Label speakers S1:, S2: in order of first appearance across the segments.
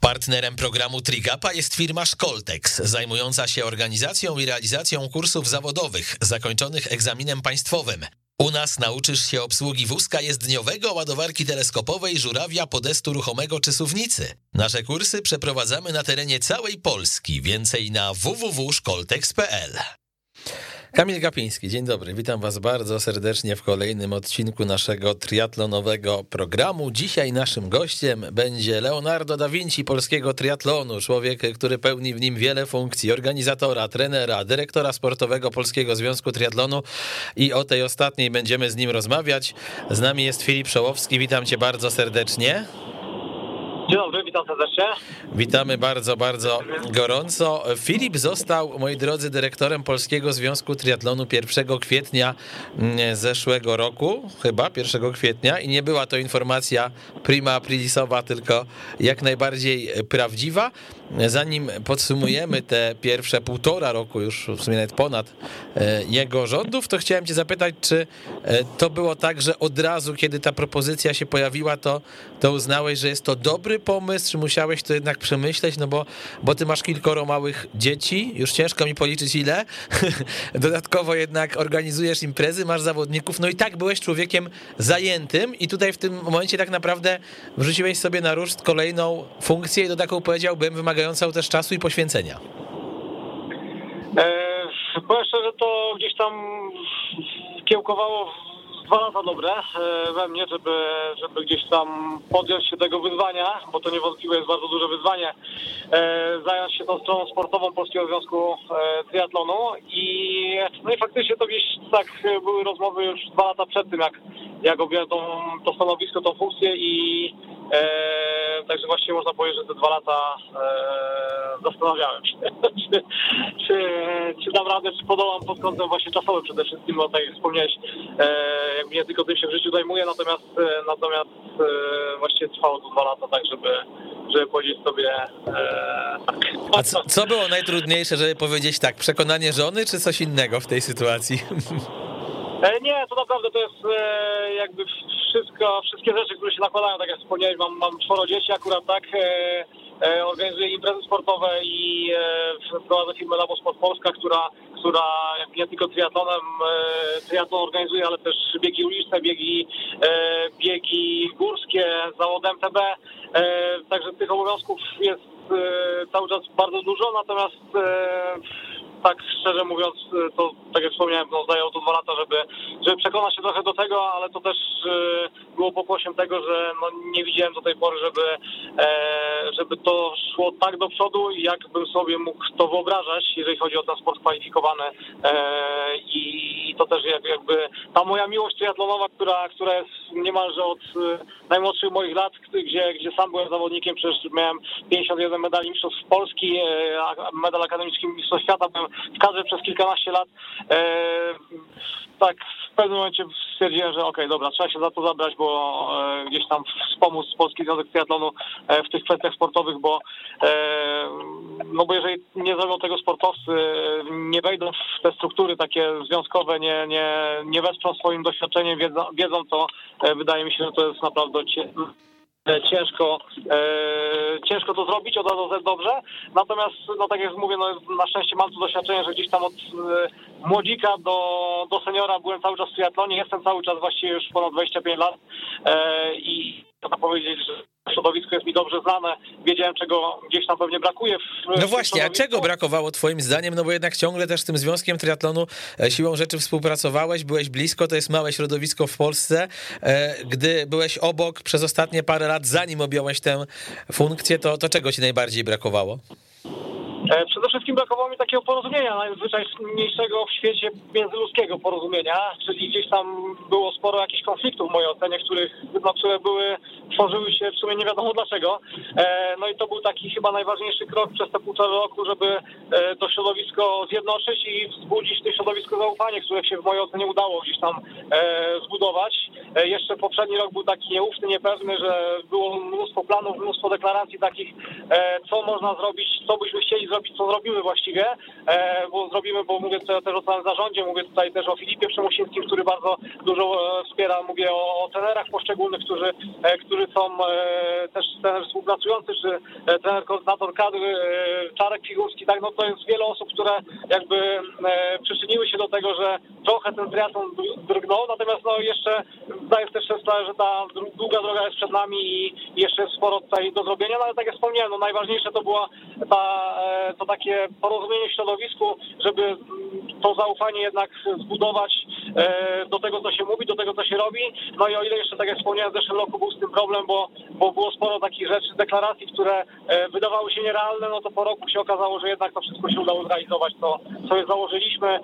S1: Partnerem programu Trigapa jest firma Szkoltex, zajmująca się organizacją i realizacją kursów zawodowych zakończonych egzaminem państwowym. U nas nauczysz się obsługi wózka jezdniowego, ładowarki teleskopowej, żurawia, podestu ruchomego czy suwnicy. Nasze kursy przeprowadzamy na terenie całej Polski. Więcej na www.szkoltex.pl. Kamil Gapiński, dzień dobry, witam was bardzo serdecznie w kolejnym odcinku naszego triatlonowego programu. Dzisiaj naszym gościem będzie Leonardo da Vinci polskiego triatlonu, człowiek, który pełni w nim wiele funkcji: organizatora, trenera, dyrektora sportowego Polskiego Związku Triatlonu, i o tej ostatniej będziemy z nim rozmawiać. Z nami jest Filip Szołowski, witam cię bardzo serdecznie.
S2: Dzień dobry, witam serdecznie.
S1: Witamy bardzo, bardzo gorąco. Filip został, moi drodzy, dyrektorem Polskiego Związku Triatlonu 1 kwietnia zeszłego roku, chyba 1 kwietnia, i nie była to informacja prima aprilisowa, tylko jak najbardziej prawdziwa. Zanim podsumujemy te pierwsze 1,5 roku, już w sumie nawet ponad, jego rządów, to chciałem cię zapytać, czy to było tak, że od razu, kiedy ta propozycja się pojawiła, to uznałeś, że jest to dobry pomysł, czy musiałeś to jednak przemyśleć, no bo ty masz kilkoro małych dzieci, już ciężko mi policzyć ile, dodatkowo jednak organizujesz imprezy, masz zawodników, no i tak byłeś człowiekiem zajętym i tutaj w tym momencie tak naprawdę wrzuciłeś sobie na ruszt kolejną funkcję i to taką, powiedziałbym, wymagającą też czasu i poświęcenia.
S2: Powiem szczerze, to gdzieś tam kiełkowało 2 lata dobre we mnie, żeby gdzieś tam podjąć się tego wyzwania, bo to niewątpliwie jest bardzo duże wyzwanie, zająć się tą stroną sportową Polskiego Związku Triatlonu i faktycznie to gdzieś tak były rozmowy już 2 lata przed tym, jak objąłem to stanowisko, tą funkcję i także właściwie można powiedzieć, że te 2 lata zastanawiałem się, czy dam radę, czy podołam pod kątem właśnie czasowym przede wszystkim, bo tak jak wspomniałeś, jakby nie tylko tym się w życiu zajmuję, natomiast właściwie trwało to 2 lata, tak żeby powiedzieć sobie tak.
S1: A co było najtrudniejsze, żeby powiedzieć tak? Przekonanie żony, czy coś innego w tej sytuacji?
S2: Nie, to naprawdę to jest jakby wszystkie rzeczy, które się nakładają, tak jak wspomniałeś, mam 4 dzieci akurat, tak, organizuję imprezy sportowe i prowadzę firmę Labo Sport Polska, która nie tylko triatlon organizuje, ale też biegi uliczne, biegi górskie, zawody MTB, także tych obowiązków jest cały czas bardzo dużo, natomiast tak szczerze mówiąc, to tak jak wspomniałem, zajęło to 2 lata, żeby przekonać się trochę do tego, ale to też było pokłosiem tego, że nie widziałem do tej pory, żeby to szło tak do przodu, jakbym sobie mógł to wyobrażać, jeżeli chodzi o ten sport kwalifikowany. I to też jakby ta moja miłość triatlonowa, która jest niemalże od najmłodszych moich lat, gdzie sam byłem zawodnikiem, przecież miałem 51 medali mistrzostw Polski, medal akademicki mistrzostw świata, byłem w kadrze przez kilkanaście lat. Tak w pewnym momencie stwierdziłem, że okej, dobra, trzeba się za to zabrać, bo gdzieś tam wspomóc Polski Związek Triatlonu w tych kwestiach sportowych, bo jeżeli nie zrobią tego sportowcy, nie wejdą w te struktury takie związkowe, nie wesprą swoim doświadczeniem, wiedzą, to wydaje mi się, że to jest naprawdę ciężko to zrobić od A do Z dobrze, natomiast tak jak mówię, na szczęście mam tu doświadczenie, że gdzieś tam od młodzika do seniora byłem cały czas w triatlonie, jestem cały czas właściwie już ponad 25 lat i można powiedzieć, że środowisko jest mi dobrze znane, wiedziałem, czego gdzieś tam pewnie brakuje.
S1: No właśnie, a czego brakowało twoim zdaniem? No bo jednak ciągle też z tym Związkiem Triatlonu siłą rzeczy współpracowałeś, byłeś blisko, to jest małe środowisko w Polsce. Gdy byłeś obok przez ostatnie parę lat, zanim objąłeś tę funkcję, to czego ci najbardziej brakowało?
S2: Przede wszystkim brakowało mi takiego porozumienia, najzwyczajniejszego w świecie międzyludzkiego porozumienia, czyli gdzieś tam było sporo jakichś konfliktów w mojej ocenie, które tworzyły się w sumie nie wiadomo dlaczego. No i to był taki chyba najważniejszy krok przez te 1,5 roku, żeby to środowisko zjednoczyć i wzbudzić w tym środowisku zaufanie, które się w mojej ocenie udało gdzieś tam zbudować. jeszcze poprzedni rok był taki nieufny, niepewny, że było mnóstwo planów, mnóstwo deklaracji takich, co można zrobić, co byśmy chcieli zrobić, co zrobimy właściwie, bo mówię tutaj też o całym zarządzie, mówię tutaj też o Filipie Przemusińskim, który bardzo dużo wspiera, mówię o trenerach poszczególnych, którzy są też trener współpracujący, czy trener koordynator kadry, Czarek Figurski, tak, no to jest wiele osób, które jakby przyczyniły się do tego, że trochę ten triatlon drgnął, natomiast no jeszcze zdaję też sprawę, że ta długa droga jest przed nami i jeszcze jest sporo tutaj do zrobienia, no ale tak jak wspomniałem, no najważniejsze to było to takie porozumienie w środowisku, żeby to zaufanie jednak zbudować do tego, co się mówi, do tego, co się robi. No i o ile jeszcze, tak jak wspomniałem, w zeszłym roku był z tym problem, bo było sporo takich rzeczy, deklaracji, które wydawały się nierealne, no to po roku się okazało, że jednak to wszystko się udało zrealizować, co sobie założyliśmy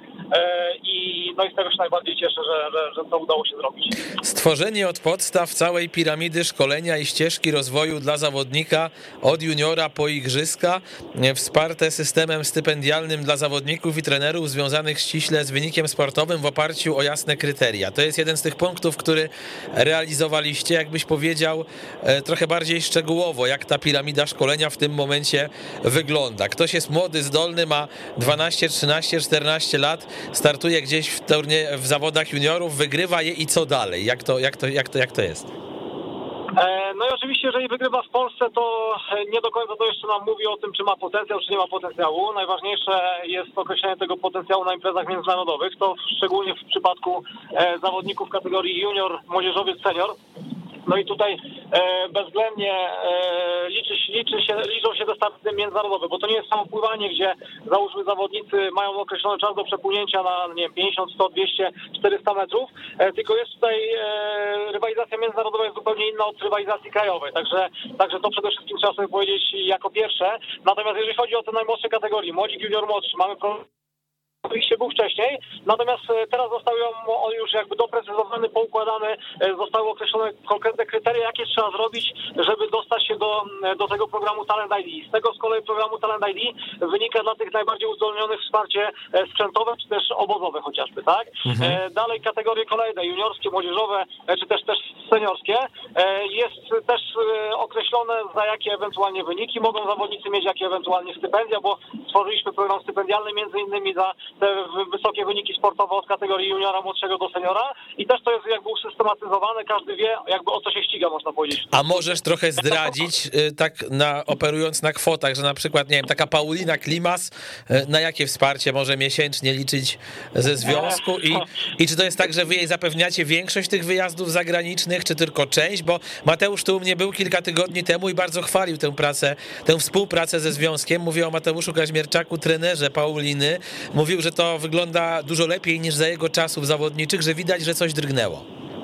S2: i z tego się najbardziej cieszę, że to udało się zrobić.
S1: Stworzenie od podstaw całej piramidy szkolenia i ścieżki rozwoju dla zawodnika od juniora po igrzyska, wsparte systemem stypendialnym dla zawodników i trenerów związanych ściśle z wynikiem sportowym w oparciu o jasne kryteria. To jest jeden z tych punktów, który realizowaliście. Jakbyś powiedział trochę bardziej szczegółowo, jak ta piramida szkolenia w tym momencie wygląda. Ktoś jest młody, zdolny, ma 12, 13, 14 lat, startuje gdzieś w zawodach juniorów, wygrywa je i co dalej? Jak to jest?
S2: No i oczywiście, jeżeli wygrywa w Polsce, to nie do końca to jeszcze nam mówi o tym, czy ma potencjał, czy nie ma potencjału. Najważniejsze jest określenie tego potencjału na imprezach międzynarodowych, to szczególnie w przypadku zawodników kategorii junior, młodzieżowiec, senior. No i tutaj bezwzględnie liczą się te starty międzynarodowe, bo to nie jest samo pływanie, gdzie załóżmy zawodnicy mają określony czas do przepłynięcia na 50, 100, 200, 400 metrów, tylko jest tutaj rywalizacja międzynarodowa jest zupełnie inna od rywalizacji krajowej, także to przede wszystkim trzeba sobie powiedzieć jako pierwsze. Natomiast jeżeli chodzi o te najmłodsze kategorie, młodzik, junior, młodszy, mamy problem. Oczywiście był wcześniej, natomiast teraz został on już jakby doprecyzowany, poukładany, zostały określone konkretne kryteria, jakie trzeba zrobić, żeby dostać się do tego programu Talent ID. Z tego z kolei programu Talent ID wynika dla tych najbardziej uzdolnionych wsparcie sprzętowe, czy też obozowe chociażby, tak? Dalej kategorie kolejne, juniorskie, młodzieżowe, czy też seniorskie. Jest też określone, za jakie ewentualnie wyniki mogą zawodnicy mieć, jakie ewentualnie stypendia, bo stworzyliśmy program stypendialny między innymi za te wysokie wyniki sportowe od kategorii juniora młodszego do seniora i też to jest jakby usystematyzowane, każdy wie jakby o co się ściga, można powiedzieć.
S1: A możesz trochę zdradzić, tak operując na kwotach, że na przykład, nie wiem, taka Paulina Klimas, na jakie wsparcie może miesięcznie liczyć ze związku i czy to jest tak, że wy jej zapewniacie większość tych wyjazdów zagranicznych, czy tylko część, bo Mateusz tu u mnie był kilka tygodni temu i bardzo chwalił tę współpracę ze związkiem. Mówię o Mateuszu Kaźmierczaku, trenerze Pauliny. Mówił, że to wygląda dużo lepiej niż za jego czasów zawodniczych, że widać, że coś drgnęło.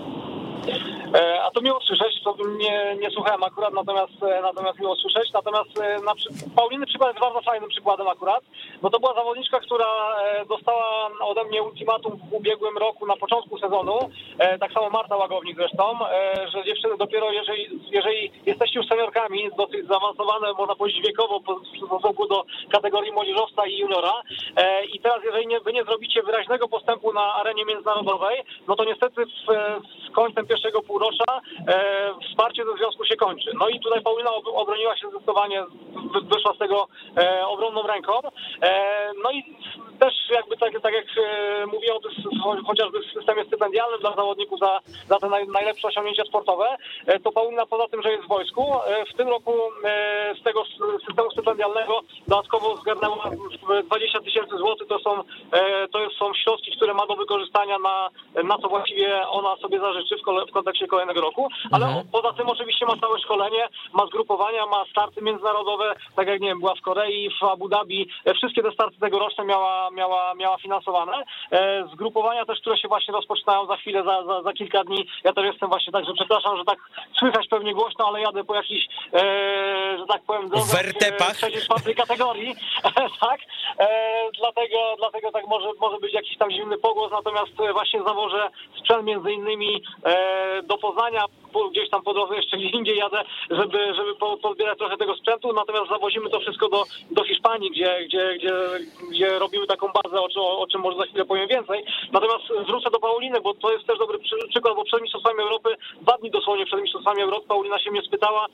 S2: A to miło słyszeć, to nie słuchałem akurat, natomiast miło słyszeć. Natomiast Pauliny przykład jest bardzo fajnym przykładem akurat, bo to była zawodniczka, która dostała ode mnie ultimatum w ubiegłym roku na początku sezonu, tak samo Marta Łagownik zresztą, że dziewczyny dopiero jeżeli jesteście już seniorkami, dosyć zaawansowane, można powiedzieć wiekowo w stosunku do kategorii młodzieżowca i juniora i teraz jeżeli wy nie zrobicie wyraźnego postępu na arenie międzynarodowej, no to niestety z końcem pierwszego półrocza wsparcie ze związku się kończy. No i tutaj Paulina obroniła się zdecydowanie, wyszła z tego obronną ręką. No i też jakby tak jak mówiłem o tym chociażby w systemie stypendialnym dla zawodników za te najlepsze osiągnięcia sportowe, to Paulina poza tym, że jest w wojsku, w tym roku z tego systemu stypendialnego dodatkowo zgarnęła 20 000 złotych. To są środki, które ma do wykorzystania na co właściwie ona sobie zażyczy w kontekście kolejnego roku, ale poza tym oczywiście ma całe szkolenie, ma zgrupowania, ma starty międzynarodowe, tak jak nie wiem, była w Korei, w Abu Dhabi, wszystkie te starty tegoroczne miała finansowane. Zgrupowania też, które się właśnie rozpoczynają za chwilę, za kilka dni. Ja też jestem właśnie tak, że przepraszam, że tak słychać pewnie głośno, ale jadę po jakiejś, że tak powiem, trzeciej, czwartej kategorii, tak? Dlatego tak może być jakiś tam zimny pogłos, natomiast właśnie zawożę sprzęt między innymi do Poznania gdzieś tam po drodze jeszcze gdzie indziej jadę, żeby pozbierać trochę tego sprzętu, natomiast zawozimy to wszystko do Hiszpanii, gdzie robimy taką bazę, o czym może za chwilę powiem więcej. Natomiast wrócę do Pauliny, bo to jest też dobry przykład, bo przed Mistrzostwami Europy, 2 dni dosłownie przed Mistrzostwami Europy, Paulina się mnie spytała,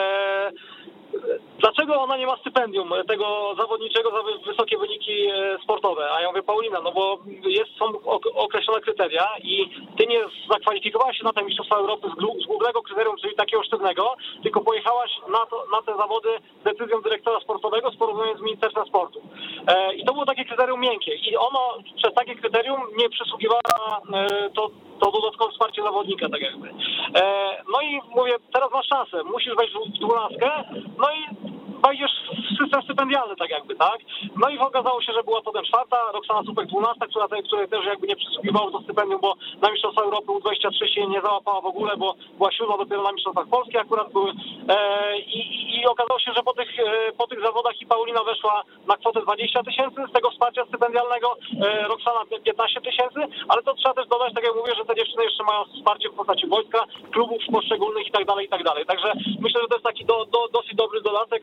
S2: dlaczego ona nie ma stypendium tego zawodniczego za wysokie wyniki sportowe? A ja mówię, Paulina, no bo są określone kryteria i ty nie zakwalifikowałaś się na te Mistrzostwa Europy z głównego kryterium, czyli takiego sztywnego, tylko pojechałaś na te zawody decyzją dyrektora sportowego z porozumieniem z Ministerstwem Sportu. I to było takie kryterium miękkie i ono przez takie kryterium nie przysługiwało to dodatkowe wsparcie zawodnika, tak jakby. No i mówię, teraz masz szansę, musisz wejść w 12, no i wejdziesz w system stypendialny, tak jakby, tak? No i okazało się, że była potem 4, Roxana Supek 12, której też jakby nie przysługiwało to stypendium, bo na Mistrzostwach Europy U23 się nie załapała w ogóle, bo była 7 dopiero na Mistrzostwach Polski akurat były. I okazało się, że po tych zawodach i Paulina weszła na kwotę 20 000 z tego wsparcia stypendialnego, Roxana 15 000, ale to trzeba też dodać, tak jak mówię, że te dziewczyny jeszcze mają wsparcie w postaci wojska, klubów poszczególnych i tak dalej, i tak dalej. Także myślę, że to jest taki dosyć dobry dodatek,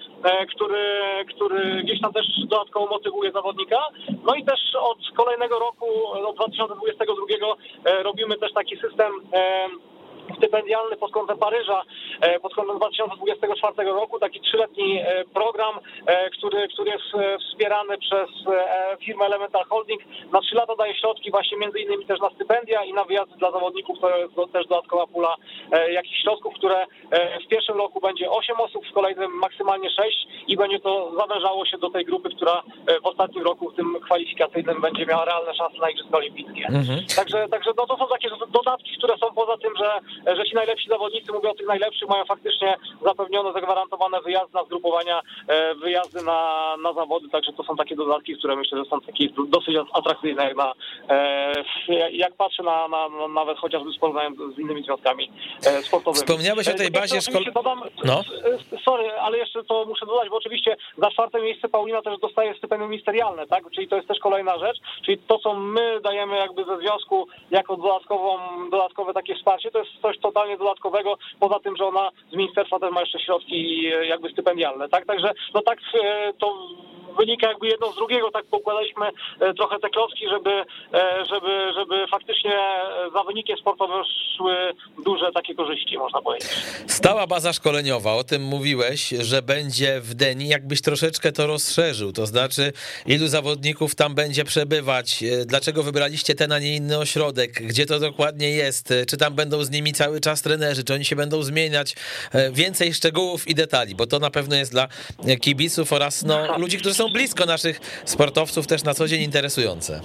S2: który gdzieś tam też dodatkowo motywuje zawodnika. No i też od kolejnego roku, od 2022 robimy też taki system stypendialny pod kątem Paryża, pod kątem 2024 roku, taki 3-letni program, który jest wspierany przez firmę Elemental Holding. Na 3 lata daje środki właśnie między innymi też na stypendia i na wyjazdy dla zawodników. To jest też dodatkowa pula jakichś środków, które w pierwszym roku będzie 8 osób, w kolejnym maksymalnie 6 i będzie to zawężało się do tej grupy, która w ostatnim roku, w tym kwalifikacyjnym, będzie miała realne szanse na Igrzyska Olimpijskie. Także no to są takie dodatki, które są poza tym, że ci najlepsi zawodnicy, mówię o tych najlepszych, mają faktycznie zapewnione, zagwarantowane wyjazdy na zgrupowania, wyjazdy na zawody, także to są takie dodatki, które myślę, że są takie dosyć atrakcyjne, jak patrzę na nawet chociażby z innymi związkami sportowymi.
S1: Wspomniałeś o tej bazie
S2: No. Sorry, ale jeszcze to muszę dodać, bo oczywiście za 4 miejsce Paulina też dostaje stypendium ministerialne, tak? Czyli to jest też kolejna rzecz, czyli to, co my dajemy jakby ze związku jako dodatkowe takie wsparcie, to jest coś totalnie dodatkowego, poza tym, że ona z ministerstwa też ma jeszcze środki jakby stypendialne, tak? Także no tak to wynika jakby jedno z drugiego, tak poukładaliśmy trochę te klocki, żeby faktycznie za wynikiem sportowym szły duże takie korzyści, można powiedzieć.
S1: Stała baza szkoleniowa, o tym mówiłeś, że będzie w Deni, jakbyś troszeczkę to rozszerzył, to znaczy ilu zawodników tam będzie przebywać, dlaczego wybraliście ten, a nie inny ośrodek, gdzie to dokładnie jest, czy tam będą z nimi cały czas trenerzy, czy oni się będą zmieniać, więcej szczegółów i detali, bo to na pewno jest dla kibiców oraz ludzi, którzy są blisko naszych sportowców też na co dzień interesujące.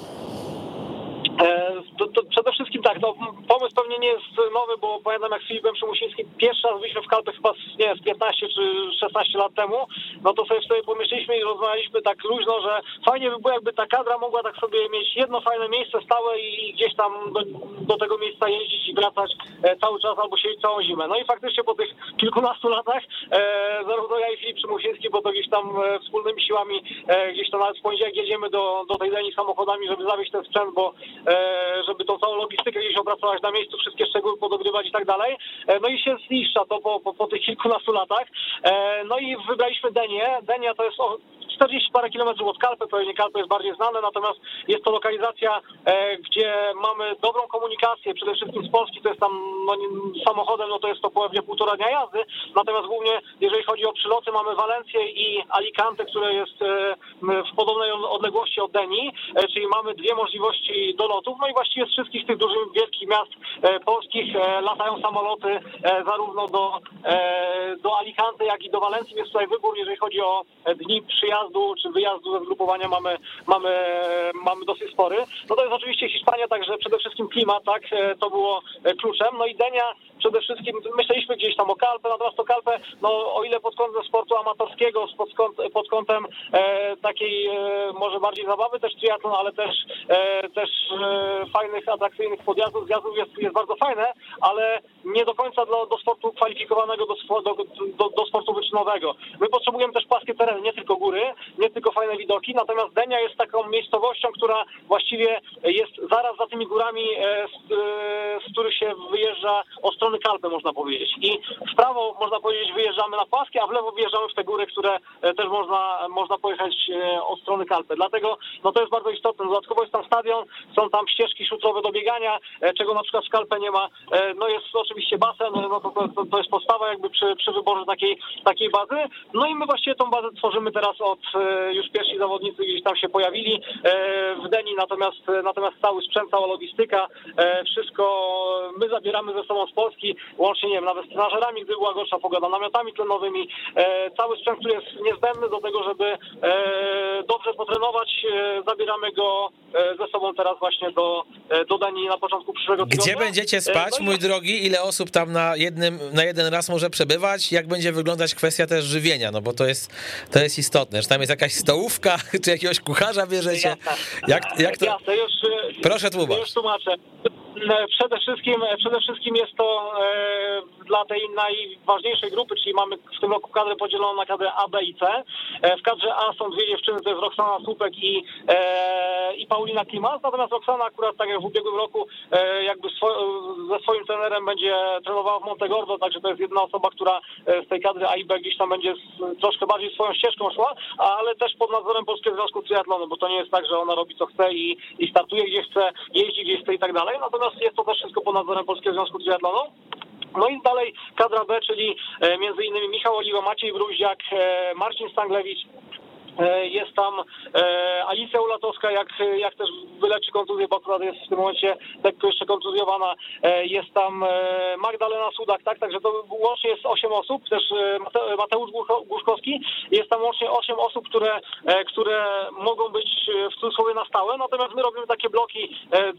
S2: To przede wszystkim tak, pomysł pewnie nie jest nowy, bo pamiętam jak z Filipem Przymusińskim pierwszy raz byliśmy w Kalpę chyba z 15 czy 16 lat temu, no to sobie pomyśleliśmy i rozmawialiśmy tak luźno, że fajnie by było, jakby ta kadra mogła tak sobie mieć jedno fajne miejsce stałe i gdzieś tam do tego miejsca jeździć i wracać cały czas albo siedzieć całą zimę. No i faktycznie po tych kilkunastu latach zarówno ja i Filip Przymusiński, bo to gdzieś tam wspólnymi siłami gdzieś tam nawet w poniedziałek jedziemy do tej Deni samochodami, żeby zawieźć ten sprzęt, bo żeby tą całą logistykę gdzieś opracować na miejscu, wszystkie szczegóły podogrywać i tak dalej. No i się zniszcza to po tych kilkunastu latach. No i wybraliśmy Denię. Denia to jest 40 parę kilometrów od Kalpy, pewnie Kalpy jest bardziej znane, natomiast jest to lokalizacja, gdzie mamy dobrą komunikację, przede wszystkim z Polski, to jest tam samochodem, no to jest to pewnie 1,5 dnia jazdy, natomiast głównie jeżeli chodzi o przyloty, mamy Walencję i Alicante, które jest w podobnej odległości od Deni, czyli mamy 2 możliwości do lotów, no i właściwie z wszystkich tych dużych, wielkich miast polskich latają samoloty zarówno do Alicante, jak i do Walencji, jest tutaj wybór, jeżeli chodzi o dni przyjazdu czy wyjazdu ze zgrupowania mamy dosyć spory. No to jest oczywiście Hiszpania, także przede wszystkim klimat, tak, to było kluczem. No i Denia przede wszystkim, myśleliśmy gdzieś tam o Kalpę, natomiast to Kalpę, no o ile pod kątem sportu amatorskiego, pod kątem takiej może bardziej zabawy też triatlon, ale też fajnych, atrakcyjnych podjazdów, zjazdów jest bardzo fajne, ale nie do końca do sportu kwalifikowanego, do sportu wyczynowego. My potrzebujemy też płaskie tereny, nie tylko góry, nie tylko fajne widoki, natomiast Denia jest taką miejscowością, która właściwie jest zaraz za tymi górami, z których się wyjeżdża od strony Kalpy, można powiedzieć. I w prawo, można powiedzieć, wyjeżdżamy na Płaskie, a w lewo wyjeżdżamy w te góry, które też można pojechać od strony Kalpy. Dlatego no to jest bardzo istotne. Dodatkowo jest tam stadion, są tam ścieżki szutrowe do biegania, czego na przykład w Kalpę nie ma. No jest oczywiście basen, no to jest podstawa jakby przy wyborze takiej bazy. No i my właściwie tą bazę tworzymy teraz już pierwsi zawodnicy gdzieś tam się pojawili w Deni, natomiast cały sprzęt, cała logistyka, wszystko my zabieramy ze sobą z Polski, łącznie, nie wiem, nawet z trenażerami, gdy była gorsza pogoda, namiotami tlenowymi, cały sprzęt, który jest niezbędny do tego, żeby dobrze potrenować, zabieramy go ze sobą teraz właśnie do Danii na początku przyszłego tygodnia.
S1: Gdzie będziecie spać, mój drogi? Ile osób tam na jeden raz może przebywać? Jak będzie wyglądać kwestia też żywienia? No bo to jest istotne, że tam jest jakaś stołówka, czy jakiegoś kucharza bierzecie? Jak to?
S2: Jasne,
S1: Proszę tłumacz.
S2: Już tłumaczę. Przede wszystkim jest to dla tej najważniejszej grupy, czyli mamy w tym roku kadrę podzieloną na kadrę A, B i C. W kadrze A są dwie dziewczyny, to jest Roxana Słupek i Paulina Klimas, natomiast Roxana akurat tak jak w ubiegłym roku jakby ze swoim trenerem będzie trenowała w Montegordo, także to jest jedna osoba, która z tej kadry A i B gdzieś tam będzie troszkę bardziej swoją ścieżką szła, ale też pod nadzorem Polskiego Związku Triatlonu, bo to nie jest tak, że ona robi co chce i startuje gdzie chce, jeździ gdzie chce i tak dalej, natomiast jest to też wszystko pod nadzorem Polskiego Związku Triatlonu. No i dalej kadra B, czyli między innymi Michał Oliwa, Maciej Bruździak, Marcin Stanglewicz, jest tam Alicja Ulatowska, jak też wyleczy kontuzję, bo akurat jest w tym momencie lekko jeszcze kontuzjowana. Jest tam Magdalena Sudak, tak? Także to łącznie jest 8 osób, też Mateusz Głuszkowski. Jest tam łącznie 8 osób, które mogą być w cudzysłowie na stałe, natomiast my robimy takie bloki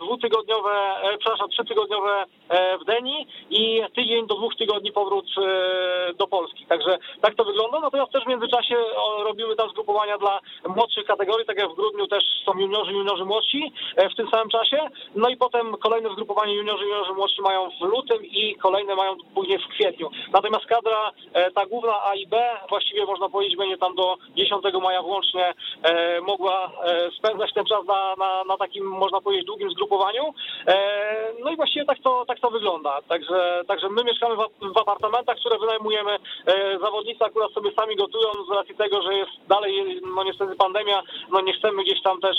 S2: 3-tygodniowe w Deni i tydzień do 2 tygodni powrót do Polski. Także tak to wygląda, natomiast też w międzyczasie robimy tam zgrupowania dla młodszych kategorii, tak jak w grudniu też są juniorzy młodsi w tym samym czasie, no i potem kolejne zgrupowanie juniorzy młodsi mają w lutym i kolejne mają później w kwietniu. Natomiast kadra ta główna A i B właściwie można powiedzieć będzie tam do 10 maja włącznie mogła spędzać ten czas na takim, można powiedzieć, długim zgrupowaniu. No i właściwie tak to wygląda. Także my mieszkamy w apartamentach, które wynajmujemy. Zawodnicy akurat sobie sami gotują z racji tego, że jest dalej no niestety pandemia, no nie chcemy gdzieś tam też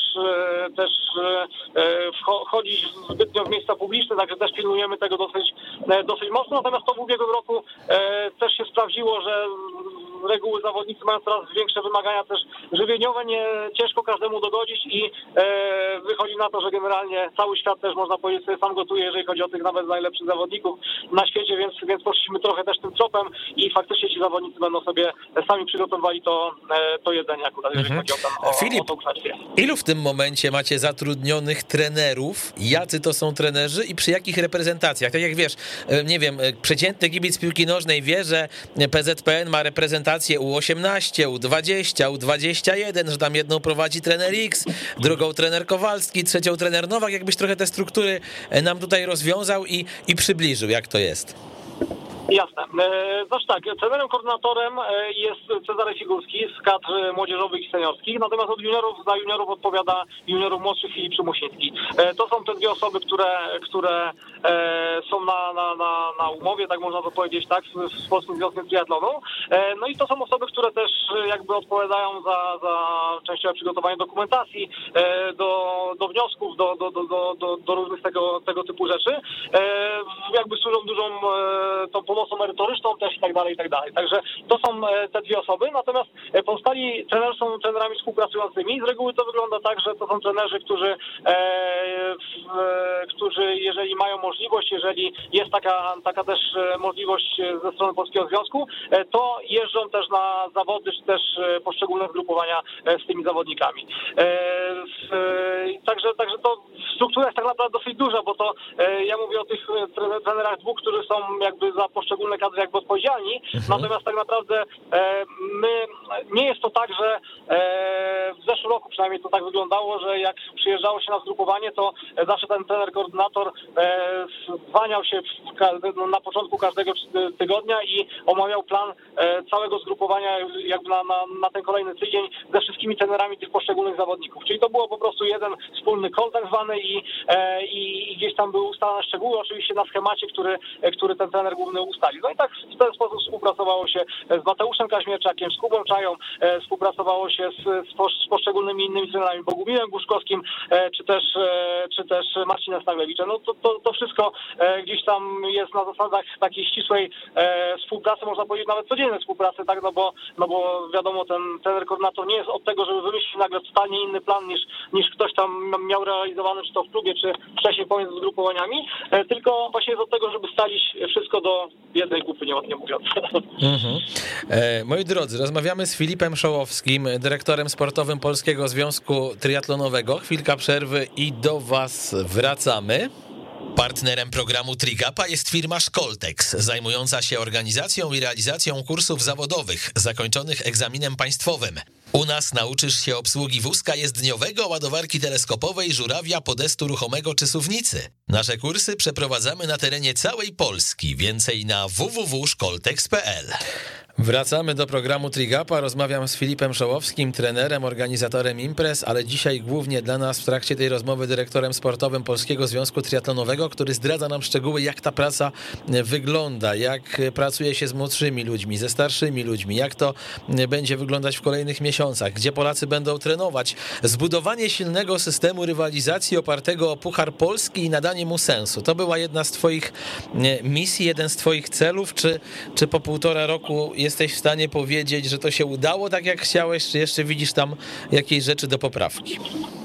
S2: wchodzić zbytnio w miejsca publiczne, także też pilnujemy tego dosyć mocno, natomiast to w ubiegłym roku też się sprawdziło, że reguły zawodnicy mają coraz większe wymagania też żywieniowe, ciężko każdemu dogodzić i wychodzi na to, że generalnie cały świat też można powiedzieć sobie sam gotuje, jeżeli chodzi o tych nawet najlepszych zawodników na świecie, więc poszliśmy trochę też tym tropem i faktycznie ci zawodnicy będą sobie sami przygotowali to jedzenie akurat, jeżeli chodzi o tą kwestię.
S1: Ilu w tym momencie macie zatrudnionych trenerów? Jacy to są trenerzy i przy jakich reprezentacjach? Tak jak wiesz, nie wiem, przeciętny kibic piłki nożnej wie, że PZPN ma reprezentację U18, U20, U21, że tam jedną prowadzi trener X, drugą trener Kowalski, trzecią trener Nowak. Jakbyś trochę te struktury nam tutaj rozwiązał i przybliżył, jak to jest.
S2: Jasne. Znaczy tak, trenerem, koordynatorem jest Cezary Figurski z kadr młodzieżowych i seniorskich, natomiast za juniorów odpowiada juniorów młodszych Filip Przymusiński. To są te dwie osoby, które są na umowie, tak można to powiedzieć, tak, z Polskim Związkiem Triatlonu. No i to są osoby, które też jakby odpowiadają za częściowe przygotowanie dokumentacji, do wniosków, do różnych tego typu rzeczy. Jakby służą dużą tą pomocą merytoryczną też i tak dalej. Także to są te dwie osoby, natomiast pozostali trenerzy są trenerami współpracującymi. Z reguły to wygląda tak, że to są trenerzy, którzy jeżeli mają możliwość, jeżeli jest taka też możliwość ze strony Polskiego Związku, to jeżdżą też na zawody, czy też poszczególne zgrupowania z tymi zawodnikami. Także to struktura jest tak naprawdę dosyć duża, bo to ja mówię o tych trenerach dwóch, którzy są jakby za poszczególne kadry jakby odpowiedzialni, natomiast tak naprawdę my, nie jest to tak, że w zeszłym roku przynajmniej to tak wyglądało, że jak przyjeżdżało się na zgrupowanie, to zawsze ten trener koordynator zwaniał się na początku każdego tygodnia i omawiał plan całego zgrupowania jakby na ten kolejny tydzień ze wszystkimi trenerami tych poszczególnych zawodników. Czyli to było po prostu jeden wspólny call tak zwany i gdzieś tam były ustalone szczegóły, oczywiście na schemacie, który ten trener główny ustalił. No i tak w ten sposób współpracowało się z Mateuszem Kaźmierczakiem, z Kubą Czają, współpracowało się z poszczególnymi innymi trenerami, Bogumilem Guszkowskim, czy też Marcinem Snaglewiczem. No to wszystko gdzieś tam jest na zasadach takiej ścisłej współpracy, można powiedzieć nawet codziennej współpracy, tak, no bo wiadomo, ten trener koordynator nie jest od tego, żeby wymyślić nagle totalnie inny plan niż ktoś tam miał realizowany, czy to w klubie, czy wcześniej pomiędzy zgrupowaniami, tylko właśnie jest od tego, żeby stalić wszystko do jednej kupy, nie mówiąc.
S1: Moi drodzy, rozmawiamy z Filipem Szołowskim, dyrektorem sportowym Polskiego Związku Triatlonowego. Chwilka przerwy i do was wracamy.
S3: Partnerem programu Trigapa jest firma Szkoltex, zajmująca się organizacją i realizacją kursów zawodowych zakończonych egzaminem państwowym. U nas nauczysz się obsługi wózka jezdniowego, ładowarki teleskopowej, żurawia, podestu ruchomego czy suwnicy. Nasze kursy przeprowadzamy na terenie całej Polski. Więcej na www.szkoltex.pl.
S1: Wracamy do programu Trigapa. Rozmawiam z Filipem Szołowskim, trenerem, organizatorem imprez, ale dzisiaj głównie dla nas w trakcie tej rozmowy dyrektorem sportowym Polskiego Związku Triatlonowego, który zdradza nam szczegóły, jak ta praca wygląda, jak pracuje się z młodszymi ludźmi, ze starszymi ludźmi, jak to będzie wyglądać w kolejnych miesiącach, gdzie Polacy będą trenować. Zbudowanie silnego systemu rywalizacji opartego o Puchar Polski i nadanie mu sensu. To była jedna z twoich misji, jeden z twoich celów, czy po 1,5 roku jesteś w stanie powiedzieć, że to się udało tak jak chciałeś, czy jeszcze widzisz tam jakieś rzeczy do poprawki?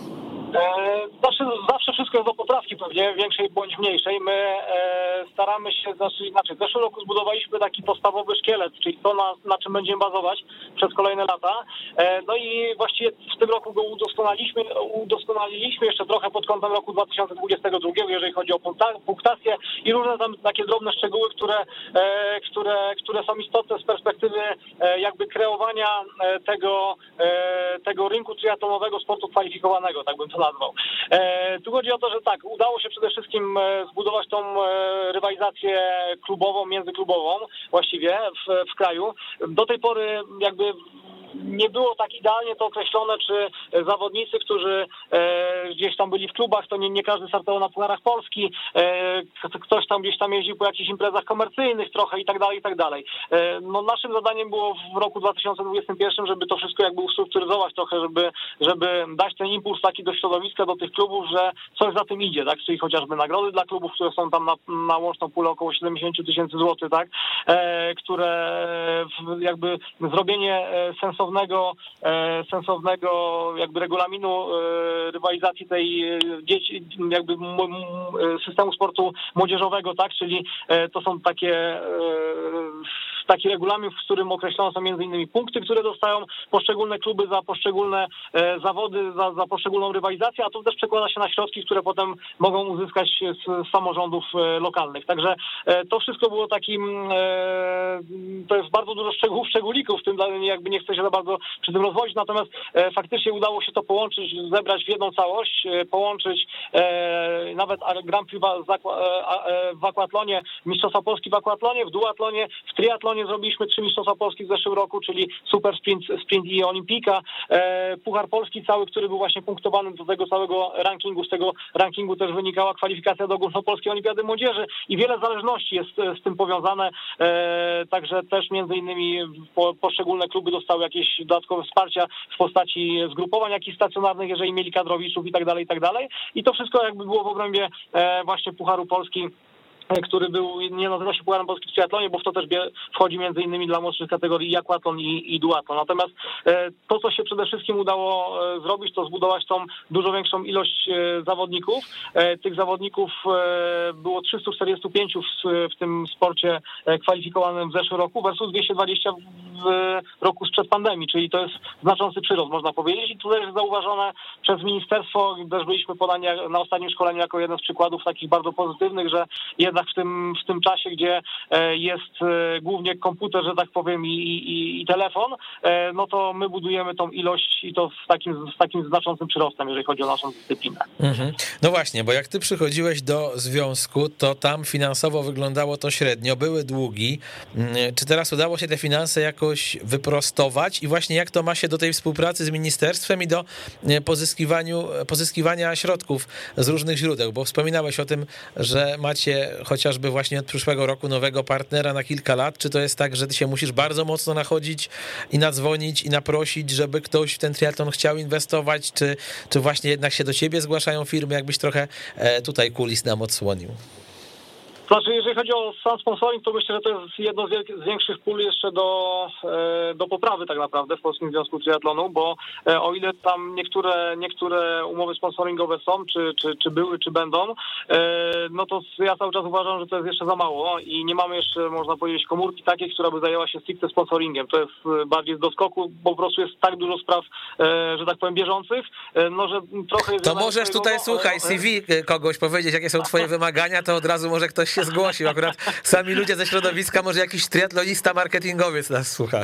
S2: Zawsze wszystko jest do poprawki pewnie, większej bądź mniejszej. My staramy się, w zeszłym roku zbudowaliśmy taki podstawowy szkielet, czyli to, na czym będziemy bazować przez kolejne lata. No i właściwie w tym roku go udoskonaliliśmy jeszcze trochę pod kątem roku 2022, jeżeli chodzi o punktację i różne tam takie drobne szczegóły, które są istotne z perspektywy jakby kreowania tego rynku triatlonowego, sportu kwalifikowanego, tak bym to nazwał. Tu chodzi o to, że tak, udało się przede wszystkim zbudować tą rywalizację klubową, międzyklubową właściwie w kraju. Do tej pory jakby nie było tak idealnie to określone, czy zawodnicy, którzy gdzieś tam byli w klubach, to nie każdy startował na Pucharach Polski, ktoś tam gdzieś tam jeździł po jakichś imprezach komercyjnych trochę i tak dalej. No naszym zadaniem było w roku 2021, żeby to wszystko jakby ustrukturyzować trochę, żeby dać ten impuls taki do środowiska, do tych klubów, że coś za tym idzie, tak, czyli chociażby nagrody dla klubów, które są tam na łączną pulę około 70 000 złotych, tak, które jakby zrobienie sensownego jakby regulaminu rywalizacji tej dzieci, jakby systemu sportu młodzieżowego, tak, czyli to są taki regulamin, w którym określone są między innymi punkty, które dostają poszczególne kluby za poszczególne zawody, za poszczególną rywalizację, a to też przekłada się na środki, które potem mogą uzyskać z samorządów lokalnych. Także to wszystko było takim, to jest bardzo dużo szczególików, w tym jakby nie chcę się za bardzo przy tym rozwodzić, natomiast faktycznie udało się to połączyć, zebrać w jedną całość, połączyć nawet Grand Prix w aquatlonie, Mistrzostwa Polski w aquatlonie, w duatlonie, w triatlonie zrobiliśmy 3 Mistrzostwa Polski w zeszłym roku, czyli Super Sprint i Olimpijka, Puchar Polski cały, który był właśnie punktowany do tego całego rankingu, z tego rankingu też wynikała kwalifikacja do Ogólnopolskiej Olimpiady Młodzieży i wiele zależności jest z tym powiązane, także też między innymi poszczególne kluby dostały jakieś dodatkowe wsparcia w postaci zgrupowań jakichś stacjonarnych, jeżeli mieli kadrowiczów i tak dalej. I to wszystko jakby było w obrębie właśnie Pucharu Polski, który nie nazywa się Pucharem Polski w triatlonie, bo w to też wchodzi między innymi dla młodszych kategorii i aquatlon i duatlon. Natomiast to, co się przede wszystkim udało zrobić, to zbudować tą dużo większą ilość zawodników. Tych zawodników było 345 w tym sporcie kwalifikowanym w zeszłym roku versus 220 w roku sprzed pandemii, czyli to jest znaczący przyrost, można powiedzieć. I tutaj jest zauważone przez ministerstwo, też byliśmy podani na ostatnim szkoleniu jako jeden z przykładów takich bardzo pozytywnych, że jednak jednak w tym czasie, gdzie jest głównie komputer, że tak powiem, i telefon, no to my budujemy tą ilość i to z takim znaczącym przyrostem, jeżeli chodzi o naszą dyscyplinę.
S1: No właśnie, bo jak ty przychodziłeś do związku, to tam finansowo wyglądało to średnio, były długi. Czy teraz udało się te finanse jakoś wyprostować i właśnie jak to ma się do tej współpracy z ministerstwem i do pozyskiwania środków z różnych źródeł, bo wspominałeś o tym, że macie chociażby właśnie od przyszłego roku nowego partnera na kilka lat. Czy to jest tak, że ty się musisz bardzo mocno nachodzić i nadzwonić i naprosić, żeby ktoś w ten triatlon chciał inwestować, czy właśnie jednak się do ciebie zgłaszają firmy? Jakbyś trochę tutaj kulis nam odsłonił.
S2: Znaczy, jeżeli chodzi o sam sponsoring, to myślę, że to jest jedno z większych pól jeszcze do poprawy tak naprawdę w Polskim Związku Triatlonu, bo o ile tam niektóre umowy sponsoringowe są, czy były, czy będą, no to ja cały czas uważam, że to jest jeszcze za mało i nie mamy jeszcze, można powiedzieć, komórki takiej, która by zajęła się stricte sponsoringiem. To jest bardziej z doskoku, bo po prostu jest tak dużo spraw, że tak powiem, bieżących, no że trochę...
S1: To możesz tutaj, słuchaj, CV kogoś powiedzieć, jakie są twoje wymagania, to od razu może ktoś się zgłosił. Akurat sami ludzie ze środowiska, może jakiś triatlonista, marketingowiec nas słucha.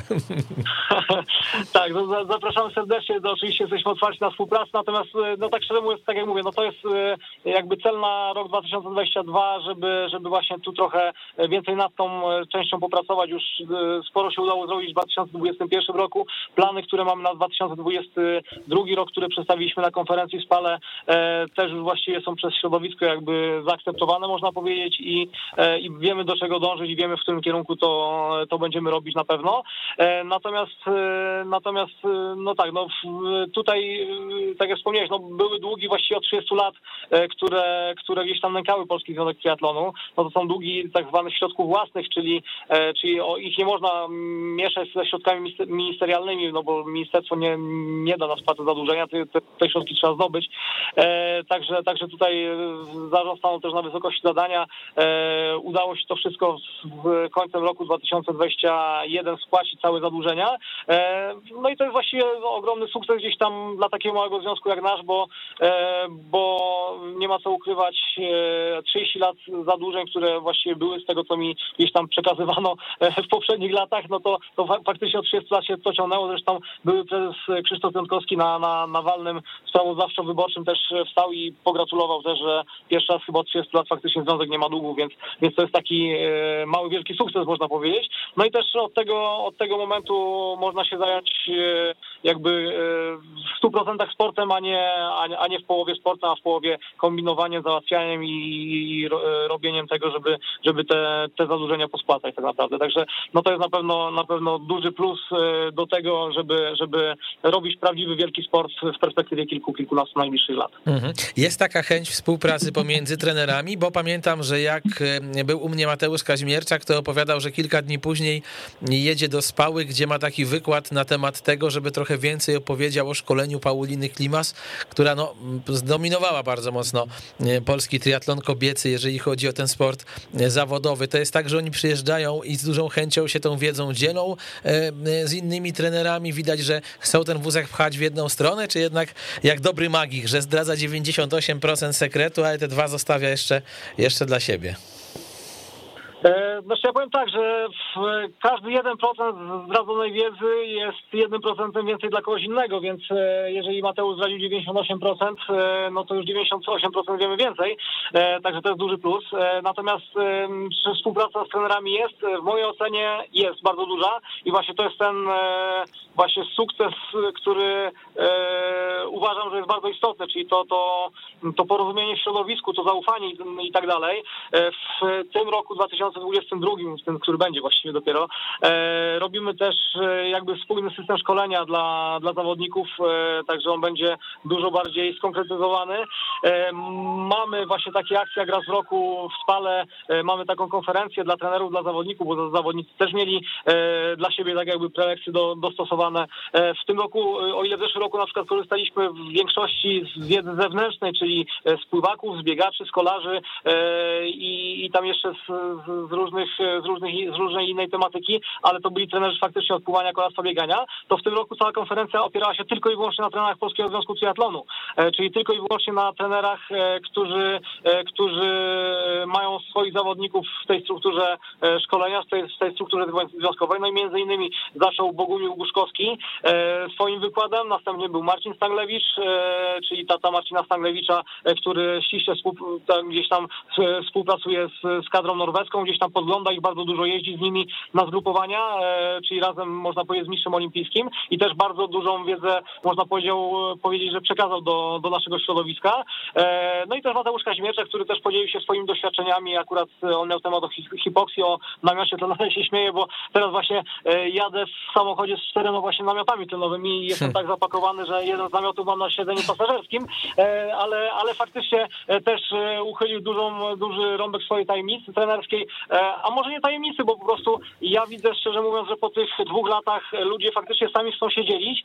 S2: Tak, zapraszamy serdecznie, oczywiście jesteśmy otwarci na współpracę, natomiast no tak szczerze mówiąc, tak jak mówię, no to jest jakby cel na rok 2022, żeby właśnie tu trochę więcej nad tą częścią popracować. Już sporo się udało zrobić w 2021 roku. Plany, które mamy na 2022 rok, które przedstawiliśmy na konferencji w Spale, też już właściwie są przez środowisko jakby zaakceptowane, można powiedzieć, i wiemy, do czego dążyć i wiemy, w którym kierunku to będziemy robić na pewno. Natomiast no tak, no tutaj, tak jak wspomniałeś, no były długi właściwie od 30 lat, które gdzieś tam nękały Polski Związek Triatlonu. No to są długi tak zwanych środków własnych, czyli ich nie można mieszać ze środkami ministerialnymi, no bo ministerstwo nie da na spłatę zadłużenia, te środki trzeba zdobyć. Także tutaj zarząd stanął też na wysokości zadania. Udało się to wszystko z końcem roku 2021 spłacić całe zadłużenia. No i to jest właściwie ogromny sukces gdzieś tam dla takiego małego związku jak nasz, bo nie ma co ukrywać, 30 lat zadłużeń, które właściwie były z tego, co mi gdzieś tam przekazywano w poprzednich latach, no to faktycznie od 30 lat się to ciągnęło. Zresztą były prezes Krzysztof Piątkowski na walnym sprawozdawczo-wyborczym też wstał i pogratulował też, że pierwszy raz chyba od 30 lat faktycznie związek nie ma długu, więc to jest taki mały, wielki sukces, można powiedzieć. No i też od tego momentu można się zająć jakby w 100% sportem, a nie w połowie sportem, a w połowie kombinowaniem, załatwianiem i robieniem tego, żeby te zadłużenia pospłacać tak naprawdę. Także no to jest na pewno duży plus do tego, żeby robić prawdziwy, wielki sport w perspektywie kilkunastu najbliższych lat.
S1: Jest taka chęć współpracy pomiędzy trenerami, bo pamiętam, że jak był u mnie Mateusz Kaźmierczak, to opowiadał, że kilka dni później jedzie do Spały, gdzie ma taki wykład na temat tego, żeby trochę więcej opowiedział o szkoleniu Pauliny Klimas, która no, zdominowała bardzo mocno polski triatlon kobiecy, jeżeli chodzi o ten sport zawodowy. To jest tak, że oni przyjeżdżają i z dużą chęcią się tą wiedzą dzielą z innymi trenerami. Widać, że chcą ten wózek pchać w jedną stronę, czy jednak jak dobry magik, że zdradza 98% sekretu, ale te 2 zostawia jeszcze dla siebie.
S2: Znaczy ja powiem tak, że każdy 1% zdradzonej wiedzy jest 1% więcej dla kogoś innego, więc jeżeli Mateusz zdradził 98%, no to już 98% wiemy więcej, także to jest duży plus. Natomiast współpraca z trenerami jest, w mojej ocenie jest bardzo duża i właśnie to jest ten właśnie sukces, który uważam, że jest bardzo istotny, czyli to porozumienie w środowisku, to zaufanie i tak dalej. W tym roku 2022, w tym, który będzie właściwie dopiero, robimy też jakby wspólny system szkolenia dla zawodników, także on będzie dużo bardziej skonkretyzowany. Mamy właśnie takie akcje jak raz w roku w Spale, mamy taką konferencję dla trenerów, dla zawodników, bo zawodnicy też mieli dla siebie tak jakby prelekcje dostosowane. W tym roku, o ile w zeszłym roku na przykład korzystaliśmy w większości z wiedzy zewnętrznej, czyli z pływaków, z biegaczy, z kolarzy i tam jeszcze z różnej innej tematyki, ale to byli trenerzy faktycznie od pływania, kolarstwa, biegania, to w tym roku cała konferencja opierała się tylko i wyłącznie na trenerach Polskiego Związku Triatlonu, czyli tylko i wyłącznie na trenerach, którzy mają swoich zawodników w tej strukturze szkolenia, w tej strukturze związkowej. No i między innymi zaczął Bogumił Guszkowski swoim wykładem, następnie był Marcin Stanglewicz, czyli tata Marcina Stanglewicza, który ściśle gdzieś tam współpracuje z kadrą norweską, gdzieś tam podgląda ich, bardzo dużo jeździ z nimi na zgrupowania, czyli razem można powiedzieć z mistrzem olimpijskim i też bardzo dużą wiedzę można powiedzieć, że przekazał do naszego środowiska. No i też Mateusz Kaźmierczak, który też podzielił się swoimi doświadczeniami, akurat on miał temat o hipoksji, o namiocie tlenowym, się śmieję, bo teraz właśnie jadę w samochodzie z 4 właśnie namiotami tlenowymi i jestem tak zapakowany, że jeden z namiotów mam na siedzeniu pasażerskim, ale faktycznie też uchylił duży rąbek swojej tajemnicy trenerskiej, a może nie tajemnicy, bo po prostu ja widzę, szczerze mówiąc, że po tych 2 latach ludzie faktycznie sami chcą się dzielić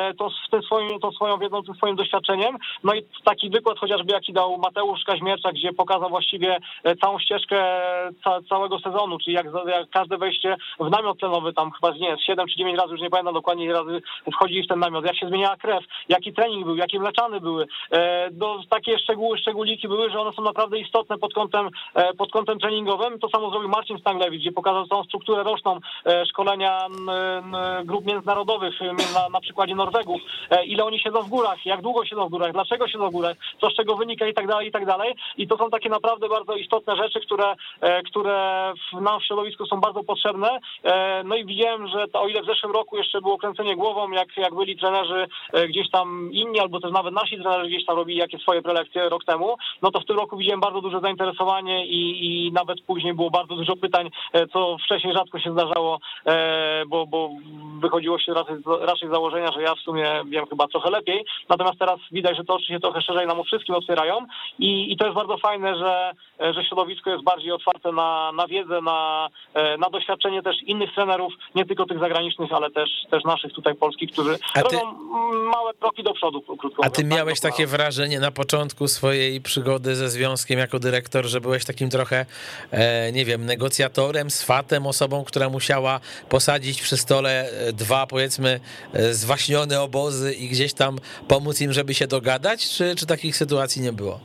S2: tą swoją wiedzą, tym swoim doświadczeniem. No i taki wykład chociażby jaki dał Mateusz Kaźmierczak, gdzie pokazał właściwie całą ścieżkę całego sezonu, czyli jak każde wejście w namiot tlenowy, tam chyba 7 czy 9 razy, już nie pamiętam dokładnie ile razy wchodzili w ten namiot, jak się zmieniała krew, jaki trening był, jakie mleczany były. Takie szczególiki były, że one są naprawdę istotne pod kątem treningowym. To samo zrobił Marcin Stanglewicz, gdzie pokazał całą strukturę roczną szkolenia grup międzynarodowych na przykładzie Norwegów, ile oni siedzą w górach, jak długo siedzą w górach, dlaczego siedzą w górach, co z czego wynika i tak dalej, i tak dalej. I to są takie naprawdę bardzo istotne rzeczy, które nam w środowisku są bardzo potrzebne. No i widziałem, że o ile w zeszłym roku jeszcze było kręcenie głową, jak byli trenerzy gdzieś tam inni, albo też nawet nasi trenerzy gdzieś tam robili jakieś swoje prelekcje rok temu, no to w tym roku widziałem bardzo duże zainteresowanie i nawet później było bardzo dużo pytań, co wcześniej rzadko się zdarzało, bo wychodziło się raczej z założenia, że ja w sumie wiem chyba trochę lepiej, natomiast teraz widać, że to oczy się trochę szerzej nam wszystkim otwierają i to jest bardzo fajne, że środowisko jest bardziej otwarte na wiedzę, na doświadczenie też innych trenerów, nie tylko tych zagranicznych, ale też naszych tutaj polskich, którzy robią małe kroki do przodu, krótko mówiąc.
S1: A ty miałeś takie wrażenie na początku swojej przygody ze związkiem jako dyrektor, że byłeś takim trochę, nie wiem, negocjatorem, swatem, osobą, która musiała posadzić przy stole 2, powiedzmy, zwaśnione obozy i gdzieś tam pomóc im, żeby się dogadać, czy takich sytuacji nie było?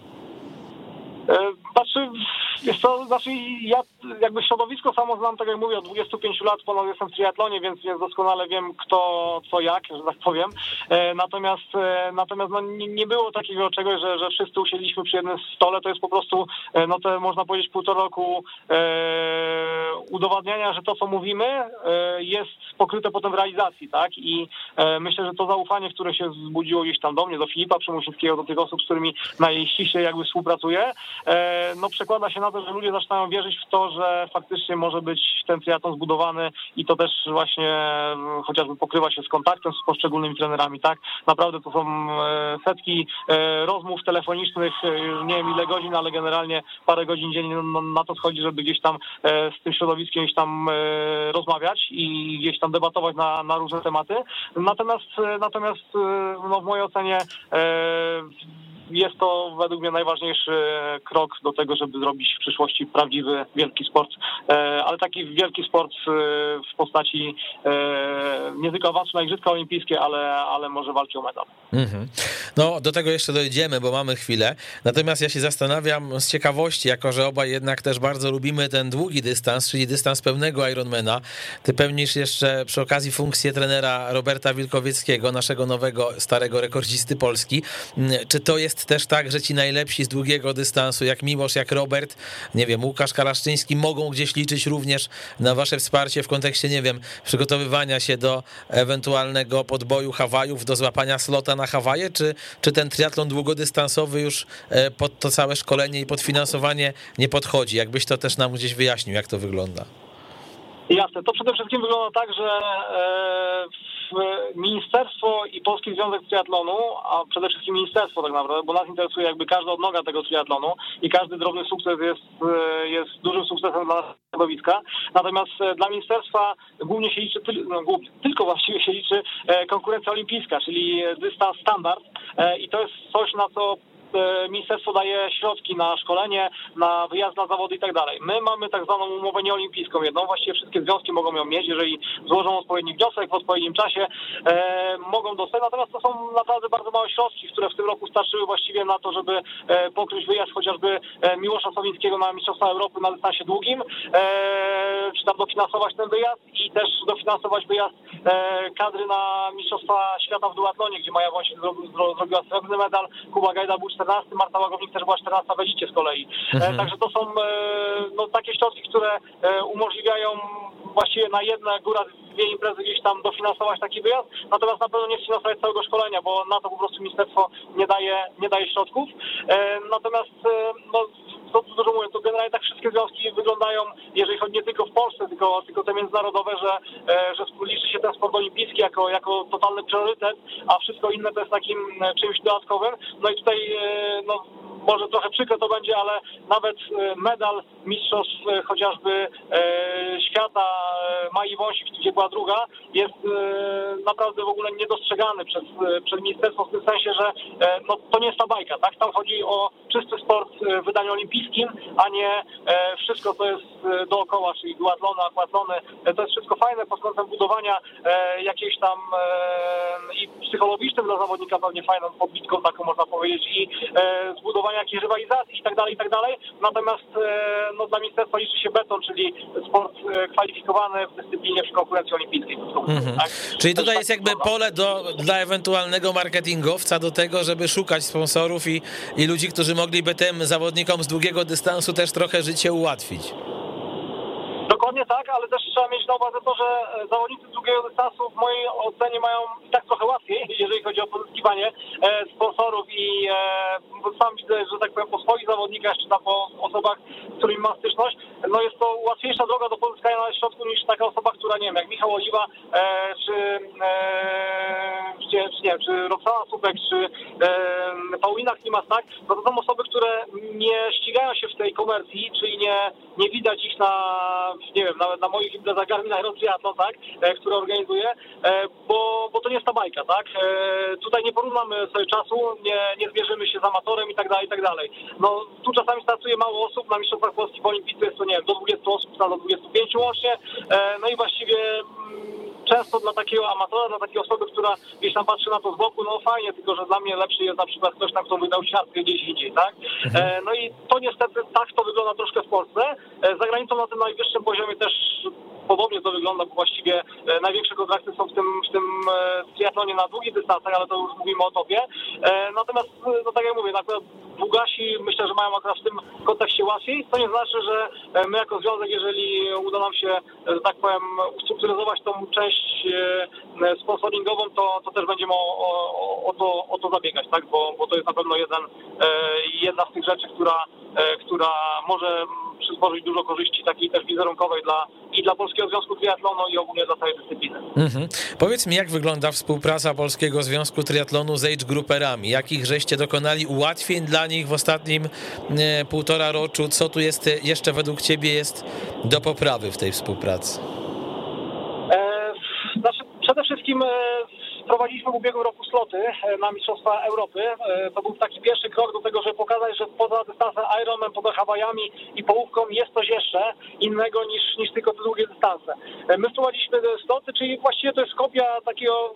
S2: Ja jakby środowisko samo znam, tak jak mówię, od 25 lat ponad jestem w triatlonie, więc doskonale wiem kto, co, jak, że tak powiem. Natomiast no, nie było takiego czegoś, że wszyscy usiedliśmy przy jednym stole, to jest po prostu, no to można powiedzieć 1,5 roku udowadniania, że to, co mówimy, jest pokryte potem w realizacji, tak? I myślę, że to zaufanie, które się wzbudziło gdzieś tam do mnie, do Filipa Przymusińskiego, do tych osób, z którymi najściślej jakby współpracuję, no przekłada się na to, że ludzie zaczynają wierzyć w to, że faktycznie może być ten triatlon zbudowany i to też właśnie chociażby pokrywa się z kontaktem z poszczególnymi trenerami, tak? Naprawdę to są setki rozmów telefonicznych, nie wiem ile godzin, ale generalnie parę godzin dziennie na to schodzi, żeby gdzieś tam z tym środowiskiem gdzieś tam rozmawiać i gdzieś tam debatować na różne tematy. Natomiast no, w mojej ocenie jest to według mnie najważniejszy krok do tego, żeby zrobić w przyszłości prawdziwy, wielki sport, ale taki wielki sport w postaci nie tylko awansu na Igrzyska Olimpijskie, ale może walki o medal.
S1: No do tego jeszcze dojdziemy, bo mamy chwilę. Natomiast ja się zastanawiam z ciekawości, jako że obaj jednak też bardzo lubimy ten długi dystans, czyli dystans pełnego Ironmana. Ty pełnisz jeszcze przy okazji funkcję trenera Roberta Wilkowieckiego, naszego nowego, starego rekordzisty Polski. Czy to jest też tak, że ci najlepsi z długiego dystansu, jak Miłosz, jak Robert, nie wiem, Łukasz Kalaszczyński, mogą gdzieś liczyć również na wasze wsparcie w kontekście, nie wiem, przygotowywania się do ewentualnego podboju Hawajów, do złapania slota na Hawaje, czy ten triatlon długodystansowy już pod to całe szkolenie i podfinansowanie nie podchodzi? Jakbyś to też nam gdzieś wyjaśnił, jak to wygląda?
S2: Jasne, to przede wszystkim wygląda tak, że ministerstwo i Polski Związek Triatlonu, a przede wszystkim ministerstwo tak naprawdę, bo nas interesuje jakby każda odnoga tego triatlonu i każdy drobny sukces jest dużym sukcesem dla środowiska. Natomiast dla ministerstwa głównie się liczy, tylko właściwie się liczy konkurencja olimpijska, czyli dystans standard i to jest coś, na co ministerstwo daje środki na szkolenie, na wyjazd na zawody i tak dalej. My mamy tak zwaną umowę nieolimpijską jedną, właściwie wszystkie związki mogą ją mieć, jeżeli złożą odpowiedni wniosek w odpowiednim czasie, mogą dostać, natomiast to są naprawdę bardzo małe środki, które w tym roku starczyły właściwie na to, żeby pokryć wyjazd chociażby Miłosza Sowińskiego na Mistrzostwa Europy na dystansie długim, czy tam dofinansować ten wyjazd i też dofinansować wyjazd kadry na Mistrzostwa Świata w duatlonie, gdzie Maja Wąsik zrobiła srebrny medal, Kuba Gajda był 14, Marta Łagownik też była 14 w elicie z kolei. Także to są takie środki, które umożliwiają właściwie na jedne, góra dwie imprezy gdzieś tam dofinansować taki wyjazd, natomiast na pewno nie sfinansować całego szkolenia, bo na to po prostu ministerstwo nie daje środków. Natomiast dużo mówię, to generalnie tak wszystkie związki wyglądają, jeżeli chodzi nie tylko w Polsce, tylko te międzynarodowe, że liczy się ten sport olimpijski jako totalny priorytet, a wszystko inne to jest takim czymś dodatkowym. No i tutaj może trochę przykre to będzie, ale nawet medal mistrzostw chociażby świata Mai Wąsik, gdzie była druga, jest naprawdę w ogóle niedostrzegany przez ministerstwo w tym sensie, że to nie jest ta bajka, tak? Tam chodzi o czysty sport w wydaniu olimpijskim, a nie wszystko, co jest dookoła, czyli duatlony, aquatlony. To jest wszystko fajne pod kątem budowania jakiejś tam i psychologicznym dla zawodnika pewnie fajną podbitką, taką można powiedzieć, i zbudowania jakiejś rywalizacji i tak dalej. Natomiast dla ministerstwa liczy się beton, czyli sport kwalifikowany w dyscyplinie przy konkurencji olimpijskiej. Tak?
S1: Czyli tutaj jest jakby pole dla ewentualnego marketingowca do tego, żeby szukać sponsorów i ludzi, którzy mogliby tym zawodnikom z długiego dystansu też trochę życie ułatwić.
S2: Dokładnie tak, ale też trzeba mieć na uwadze to, że zawodnicy z długiego dystansu w mojej ocenie mają i tak trochę łatwiej, jeżeli chodzi o pozyskiwanie sponsorów i sam widzę, że tak powiem, po swoich zawodnikach, czy tam po osobach, z którymi mam styczność, jest to łatwiejsza droga do pozyskania na środku niż taka osoba, która, nie wiem, jak Michał Oliwa, czy Roxana Słupek, czy Paulina Klimas, tak? To są osoby, które nie ścigają się w tej komercji, czyli nie widać ich nawet na moich imprezach Garmin Iron Triathlon, tak, które organizuję, bo to nie jest ta bajka, tak? Tutaj nie porównamy sobie czasu, nie zmierzymy się z amatorem i tak dalej. Tu czasami startuje mało osób, na Mistrzostwach Polski w Olimpijce jest to, nie wiem, do 20 osób, do 25 łącznie, i właściwie często dla takiego amatora, dla takiej osoby, która gdzieś tam patrzy na to z boku, fajnie, tylko że dla mnie lepszy jest na przykład ktoś, kto wydał siatkę gdzieś indziej, tak? I to niestety tak to wygląda troszkę w Polsce. Za granicą na tym najwyższym poziomie też podobnie to wygląda, bo właściwie największe kontrakty są w tym triatlonie na długich dystansach, ale to już mówimy o topie. Natomiast, tak jak mówię, długasi myślę, że mają akurat w tym kontekście łatwiej. To nie znaczy, że my jako związek, jeżeli uda nam się, że tak powiem, ustrukturyzować tą część sponsoringową, to też będziemy o to zabiegać, tak? Bo to jest na pewno jedna z tych rzeczy, która może przysporzyć dużo korzyści takiej też wizerunkowej dla Polskiego Związku Triathlonu i ogólnie dla całej dyscypliny.
S1: Powiedz mi, jak wygląda współpraca Polskiego Związku Triathlonu z age grouperami? Jakich żeście dokonali ułatwień dla nich w ostatnim półtora roku? Co tu jeszcze według ciebie jest do poprawy w tej współpracy?
S2: Przede wszystkim wprowadziliśmy w ubiegłym roku sloty na Mistrzostwa Europy. To był taki pierwszy krok do tego, żeby pokazać, że poza dystansem Ironman, poza Hawajami i połówką jest coś jeszcze innego niż tylko te długie dystanse. My wprowadziliśmy sloty, czyli właściwie to jest kopia takiego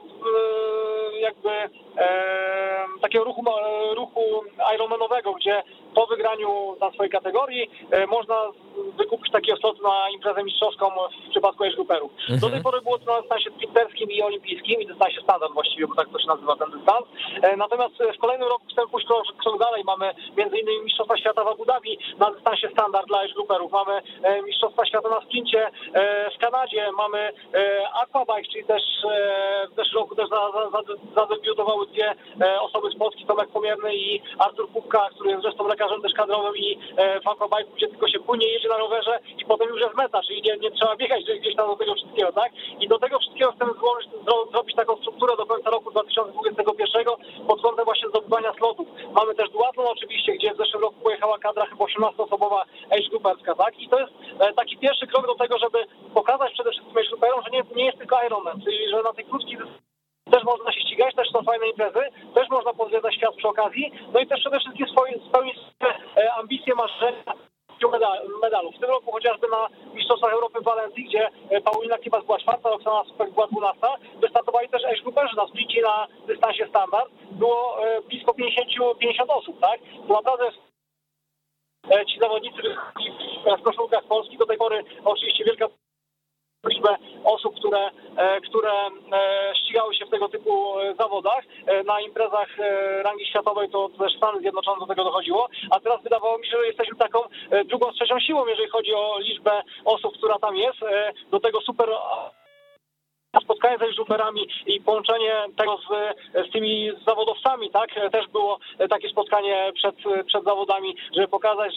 S2: takiego ruchu Ironmanowego, gdzie po wygraniu na swojej kategorii można wykupić takie sloty na imprezę mistrzowską w przypadku age grouperów. Do tej pory było to na dystansie sprinterskim i olimpijskim i dystansie standard właściwie, bo tak to się nazywa ten dystans. Natomiast w kolejnym roku chcemy pójść krok dalej. Mamy m.in. Mistrzostwa Świata w Abu Dhabi na dystansie standard dla age grouperów. Mamy Mistrzostwa Świata na sprincie w Kanadzie. Mamy Aquabike, czyli też w zeszłym roku też zadebiutowały dwie osoby z Polski, Tomek Pomierny i Artur Pupka, który jest zresztą lekarzem też kadrowym i w Aquabike'u, gdzie tylko się płynie, jedzie na rowerze i potem już jest meta, czyli nie trzeba biegać gdzieś tam do tego wszystkiego, tak? I do tego wszystkiego chcemy zrobić taką strukturę do końca roku 2021 pod kątem właśnie zdobywania slotów. Mamy też duatlon oczywiście, gdzie w zeszłym roku pojechała kadra chyba 18-osobowa age grouperska, tak? I to jest taki pierwszy krok do tego, żeby pokazać przede wszystkim age grouperom, że nie jest tylko Ironman, czyli że na tych krótkich też można się ścigać, też są fajne imprezy, też można pozwiedzać świat przy okazji, no i też przede wszystkim spełnić ambicje, marzenia medalów. W tym roku chociażby na Mistrzostwach Europy w Walencji, gdzie Paulina Klimas była 4, Roxana Supek była 12, wystartowali też age-grouperzy na sprincie na dystansie standard. Było blisko 50 osób, tak? To naprawdę ci zawodnicy w koszulkach Polski do tej pory oczywiście wielka liczbę osób, które ścigały się w tego typu zawodach. Na imprezach rangi światowej to też Stany Zjednoczone do tego dochodziło, a teraz wydawało mi się, że jesteśmy taką drugą, trzecią siłą, jeżeli chodzi o liczbę osób, która tam jest. Do tego super spotkanie z żuperami i połączenie tego z tymi zawodowcami, tak? Też było takie spotkanie przed zawodami, żeby pokazać,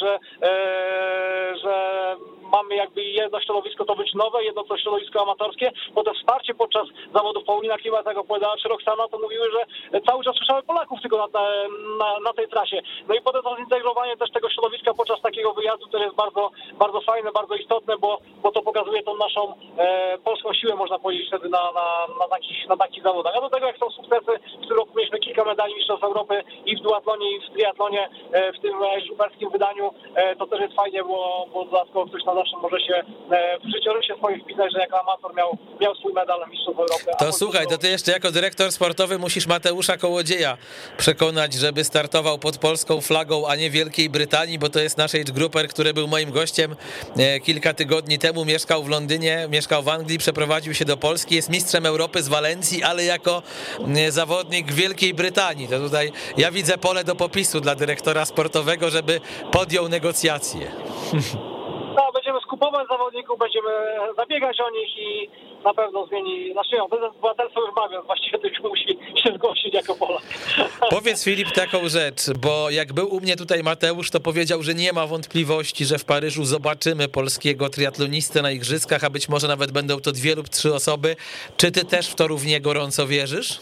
S2: że mamy jakby jedno środowisko to być nowe, jedno to środowisko amatorskie, bo to wsparcie podczas zawodów Paulina Klimas, jak opowiadała, czy Roxana, to mówiły, że cały czas słyszały Polaków tylko na tej trasie. No i potem to zintegrowanie też tego środowiska podczas takiego wyjazdu, to jest bardzo, bardzo fajne, bardzo istotne, bo to pokazuje tą naszą polską siłę, można powiedzieć, wtedy na takich zawodach. A do tego jak są sukcesy, w tym roku mieliśmy kilka medali Mistrzostw Europy i w duatlonie, i w triatlonie, w tym żuperskim wydaniu, to też jest fajnie, bo dodatkowo ktoś na zawsze może się w życiorysie swoich wpisać, że jako amator miał swój medal Mistrzostw Europy.
S1: To słuchaj, to ty jeszcze jako dyrektor sportowy musisz Mateusza Kołodzieja przekonać, żeby startował pod polską flagą, a nie Wielkiej Brytanii, bo to jest nasz age grouper, który był moim gościem kilka tygodni temu, mieszkał w Londynie, mieszkał w Anglii, przeprowadził się do Polski, jest mistrzem Europy z Walencji, ale jako zawodnik Wielkiej Brytanii. To tutaj ja widzę pole do popisu dla dyrektora sportowego, żeby podjął negocjacje.
S2: No, będziemy skupować zawodników, będziemy zabiegać o nich i na pewno zmieni, obywatelstwo już ma, więc właściwie tylko musi się zgłosić jako Polak.
S1: Powiedz, Filip, taką rzecz, bo jak był u mnie tutaj Mateusz, to powiedział, że nie ma wątpliwości, że w Paryżu zobaczymy polskiego triatlonistę na igrzyskach, a być może nawet będą to 2 lub 3 osoby. Czy ty też w to równie gorąco wierzysz?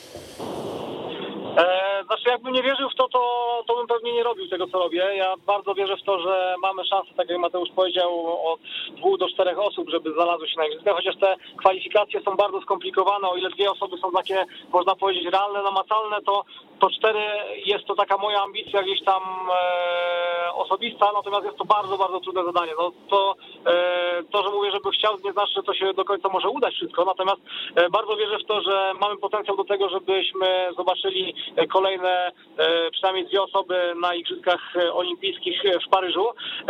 S2: Znaczy, jakbym nie wierzył w to bym pewnie nie robił tego, co robię. Ja bardzo wierzę w to, że mamy szansę, tak jak Mateusz powiedział, od 2 do 4 osób, żeby znalazły się na igrzyskach, chociaż te kwalifikacje są bardzo skomplikowane. O ile 2 osoby są takie, można powiedzieć, realne, namacalne, to 4 jest to taka moja ambicja gdzieś tam osobista, natomiast jest to bardzo, bardzo trudne zadanie. No, to, że mówię, żeby chciał, nie znaczy, że to się do końca może udać wszystko, natomiast bardzo wierzę w to, że mamy potencjał do tego, żebyśmy zobaczyli kolejne przynajmniej 2 osoby na Igrzyskach Olimpijskich w Paryżu,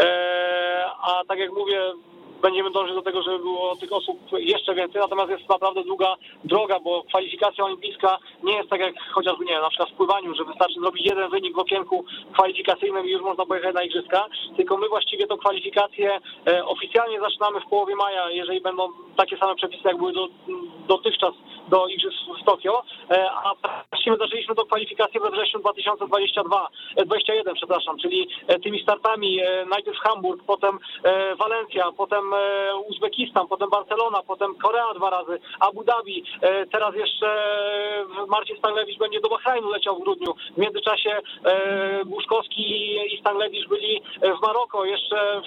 S2: a tak jak mówię, będziemy dążyć do tego, żeby było tych osób jeszcze więcej, natomiast jest naprawdę długa droga, bo kwalifikacja olimpijska nie jest tak jak chociażby, nie wiem, na przykład w pływaniu, że wystarczy zrobić jeden wynik w okienku kwalifikacyjnym i już można pojechać na igrzyska, tylko my właściwie tą kwalifikację oficjalnie zaczynamy w połowie maja, jeżeli będą takie same przepisy, jak były dotychczas do igrzysk w Tokio, a właściwie zaczęliśmy tą kwalifikację we wrześniu 2021, czyli tymi startami najpierw Hamburg, potem Walencja, potem Uzbekistan, potem Barcelona, potem Korea 2 razy, Abu Dhabi, teraz jeszcze Marcin Stanglewicz będzie do Bahrajnu leciał w grudniu. W międzyczasie Buszkowski i Stanglewicz byli w Maroko, jeszcze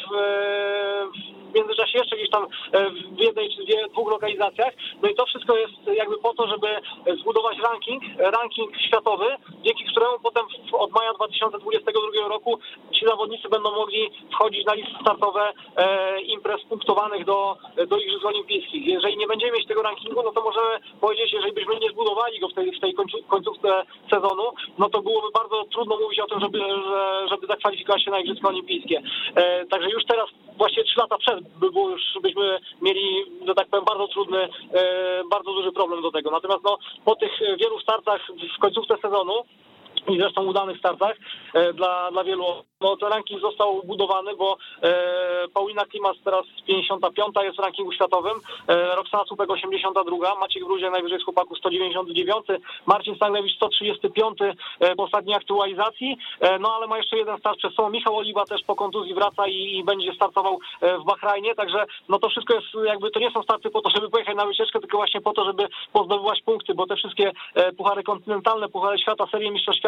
S2: w międzyczasie jeszcze gdzieś tam w jednej czy 2 lokalizacjach. No i to wszystko jest jakby po to, żeby zbudować ranking światowy, dzięki któremu potem od maja 2022 roku ci zawodnicy będą mogli wchodzić na listy startowe imprez punktowanych do Igrzysk Olimpijskich. Jeżeli nie będziemy mieć tego rankingu, no to możemy powiedzieć, jeżeli byśmy nie zbudowali go w tej końcówce sezonu, no to byłoby bardzo trudno mówić o tym, żeby zakwalifikować się na Igrzyska Olimpijskie. Także już teraz, właściwie 3 lata przed, byśmy mieli, że tak powiem, bardzo trudny, bardzo duży problem do tego. Natomiast no, po tych wielu startach w końcówce sezonu i zresztą udanych startach dla wielu, no to ranking został budowany, bo Paulina Klimas teraz 55 jest w rankingu światowym, Roxana Supek 82, Maciek Wróżek najwyżej z chłopaków 199, Marcin Stanglewicz 135 po ostatniej aktualizacji, no ale ma jeszcze jeden start przed sobą. Michał Oliwa też po kontuzji wraca i będzie startował w Bahrajnie, także no to wszystko jest jakby, to nie są starty po to, żeby pojechać na wycieczkę, tylko właśnie po to, żeby pozdobywać punkty, bo te wszystkie puchary kontynentalne, puchary świata, serie mistrzostw świata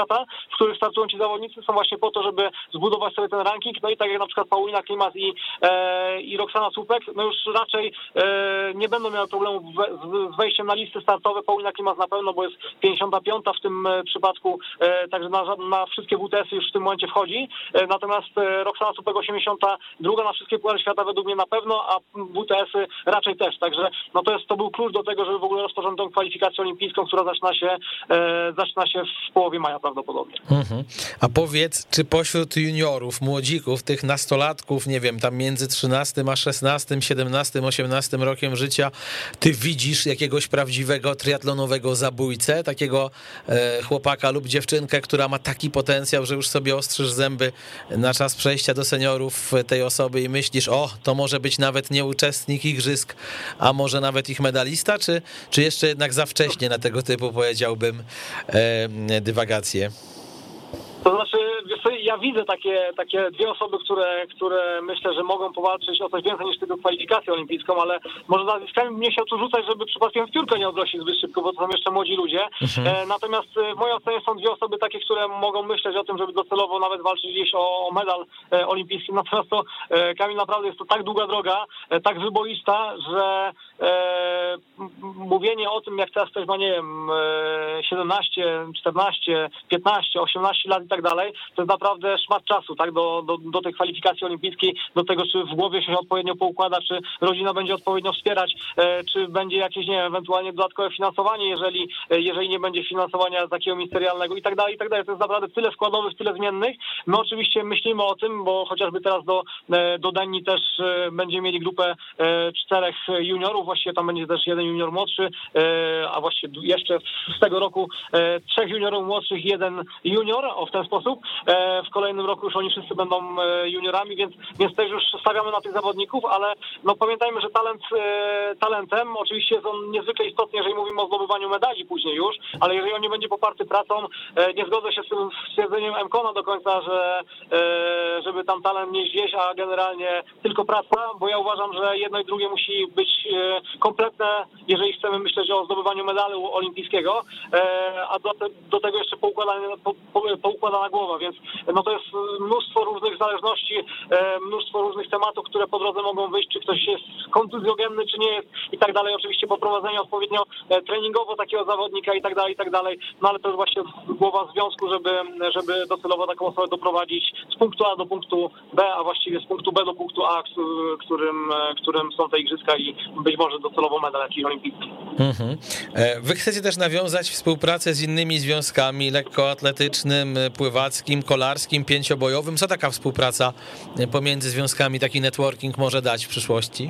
S2: Świata, w których startują ci zawodnicy, są właśnie po to, żeby zbudować sobie ten ranking, no i tak jak na przykład Paulina Klimas i Roxana Słupek, no już raczej nie będą miały problemu z wejściem na listy startowe. Paulina Klimas na pewno, bo jest 55 w tym przypadku, także na wszystkie WTS-y już w tym momencie wchodzi, natomiast Roxana Słupek 82 na wszystkie Puchary Świata według mnie na pewno, a WTS-y raczej też, także no to był klucz do tego, żeby w ogóle rozpocząć tą kwalifikację olimpijską, która zaczyna się w połowie maja prawdopodobnie.
S1: A powiedz, czy pośród juniorów, młodzików, tych nastolatków, nie wiem, tam między 13 a 16, 17, 18 rokiem życia, ty widzisz jakiegoś prawdziwego triatlonowego zabójcę, takiego chłopaka lub dziewczynkę, która ma taki potencjał, że już sobie ostrzysz zęby na czas przejścia do seniorów tej osoby i myślisz, to może być nawet nie uczestnik igrzysk, a może nawet ich medalista, czy jeszcze jednak za wcześnie na tego typu, powiedziałbym, dywagacje?
S2: To znaczy, ja widzę takie dwie osoby, które myślę, że mogą powalczyć o coś więcej niż tylko kwalifikację olimpijską, ale może nazwiskami bym nie chciał tu rzucać, żeby przypadkiem w piórkę nie odnosić zbyt szybko, bo to są jeszcze młodzi ludzie. Natomiast w mojej ocenie są dwie osoby takie, które mogą myśleć o tym, żeby docelowo nawet walczyć gdzieś o medal olimpijski. Natomiast to, Kamil, naprawdę jest to tak długa droga, tak wyboista, że mówienie o tym, jak teraz ktoś ma, nie wiem, 17, 14, 15, 18 lat i tak dalej, to jest naprawdę szmat czasu, tak, do tej kwalifikacji olimpijskiej, do tego, czy w głowie się odpowiednio poukłada, czy rodzina będzie odpowiednio wspierać, czy będzie jakieś, nie wiem, ewentualnie dodatkowe finansowanie, jeżeli nie będzie finansowania takiego ministerialnego i tak dalej, i tak dalej. To jest naprawdę tyle składowych, tyle zmiennych. My oczywiście myślimy o tym, bo chociażby teraz do Danii też będziemy mieli grupę 4 juniorów, właściwie tam będzie też 1 junior młodszy, a właściwie jeszcze z tego roku 3 juniorów młodszych, 1 junior, w ten sposób. W kolejnym roku już oni wszyscy będą juniorami, więc też już stawiamy na tych zawodników, ale no pamiętajmy, że talentem oczywiście jest on niezwykle istotny, jeżeli mówimy o zdobywaniu medali później już, ale jeżeli on nie będzie poparty pracą, nie zgodzę się z tym stwierdzeniem Mkona do końca, żeby tam talent nie wieść, a generalnie tylko praca, bo ja uważam, że jedno i drugie musi być kompletne, jeżeli chcemy myśleć o zdobywaniu medalu olimpijskiego, a do tego jeszcze poukładana głowa, więc no to jest mnóstwo różnych zależności, mnóstwo różnych tematów, które po drodze mogą wyjść, czy ktoś jest kontuzjogenny, czy nie jest i tak dalej. Oczywiście poprowadzenie odpowiednio treningowo takiego zawodnika i tak dalej, no ale to jest właśnie głowa związku, żeby docelowo taką osobę doprowadzić z punktu A do punktu B, a właściwie z punktu B do punktu A, którym są te igrzyska i być może docelowo medal jakiś olimpijski.
S1: Wy chcecie też nawiązać współpracę z innymi związkami, lekkoatletycznym, pływackim, kolarskim, pięciobojowym. Co taka współpraca pomiędzy związkami, taki networking może dać w przyszłości?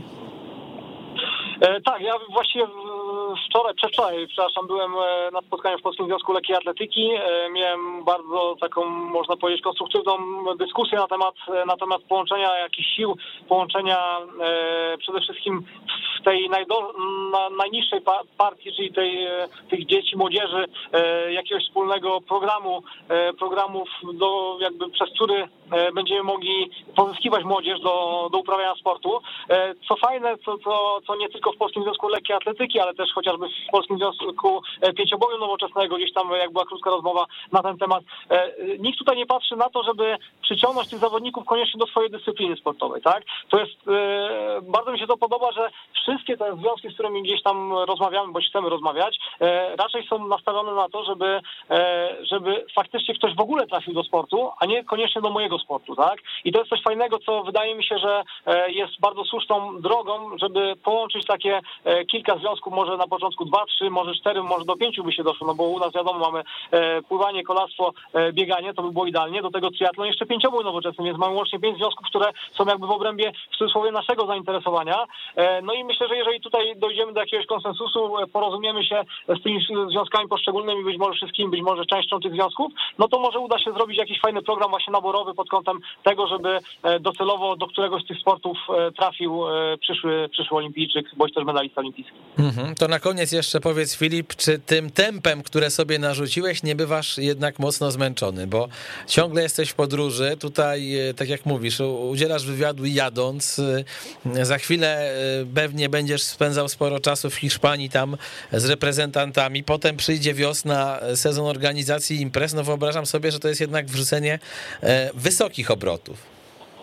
S2: Tak, ja właściwie przedwczoraj, byłem na spotkaniu w Polskim Związku Lekkiej Atletyki. Miałem bardzo taką, można powiedzieć, konstruktywną dyskusję na temat połączenia jakichś sił, połączenia przede wszystkim w tej najniższej partii, czyli tych dzieci, młodzieży, jakiegoś wspólnego programów, przez który będziemy mogli pozyskiwać młodzież do uprawiania sportu. Co fajne, co nie tylko w Polskim Związku Lekkiej Atletyki, ale też chociażby w Polskim Związku Pięcioboju Nowoczesnego, gdzieś tam jak była krótka rozmowa na ten temat. Nikt tutaj nie patrzy na to, żeby przyciągnąć tych zawodników koniecznie do swojej dyscypliny sportowej, tak? To jest, bardzo mi się to podoba, że wszystkie te związki, z którymi gdzieś tam rozmawiamy, bądź chcemy rozmawiać, raczej są nastawione na to, żeby faktycznie ktoś w ogóle trafił do sportu, a nie koniecznie do mojego sportu, tak? I to jest coś fajnego, co wydaje mi się, że jest bardzo słuszną drogą, żeby połączyć takie kilka związków, może na początku 2, 3, może 4, może do 5 by się doszło, no bo u nas wiadomo mamy pływanie, kolarstwo, bieganie, to by było idealnie, do tego triatlon, jeszcze pięciobój nowoczesny, więc mamy łącznie 5 związków, które są jakby w obrębie, w cudzysłowie, naszego zainteresowania. No i myślę, że jeżeli tutaj dojdziemy do jakiegoś konsensusu, porozumiemy się z tymi związkami poszczególnymi, być może wszystkimi, być może częścią tych związków, no to może uda się zrobić jakiś fajny program właśnie naborowy pod kątem tego, żeby docelowo do któregoś z tych sportów trafił przyszły olimpijczyk, bądź też medalista olimpijski.
S1: To na koniec jeszcze powiedz, Filip, czy tym tempem, które sobie narzuciłeś, nie bywasz jednak mocno zmęczony, bo ciągle jesteś w podróży, tutaj, tak jak mówisz, udzielasz wywiadu jadąc, za chwilę pewnie będziesz spędzał sporo czasu w Hiszpanii tam z reprezentantami, potem przyjdzie wiosna, sezon organizacji imprez, no wyobrażam sobie, że to jest jednak wrzucenie wysokich obrotów.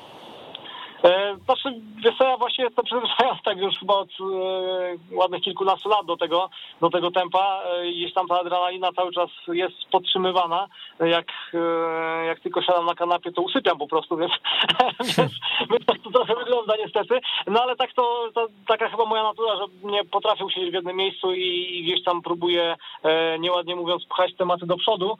S2: Znaczy, wiesz co, ja właśnie jestem przyzwyczajony tak już chyba od ładnych kilkunastu lat do tego tempa. Gdzieś tam ta adrenalina cały czas jest podtrzymywana. Jak tylko siadam na kanapie, to usypiam po prostu, więc tak to trochę wygląda niestety. No ale tak to taka chyba moja natura, że nie potrafię usiedzieć w jednym miejscu i gdzieś tam próbuję, nieładnie mówiąc, pchać tematy do przodu.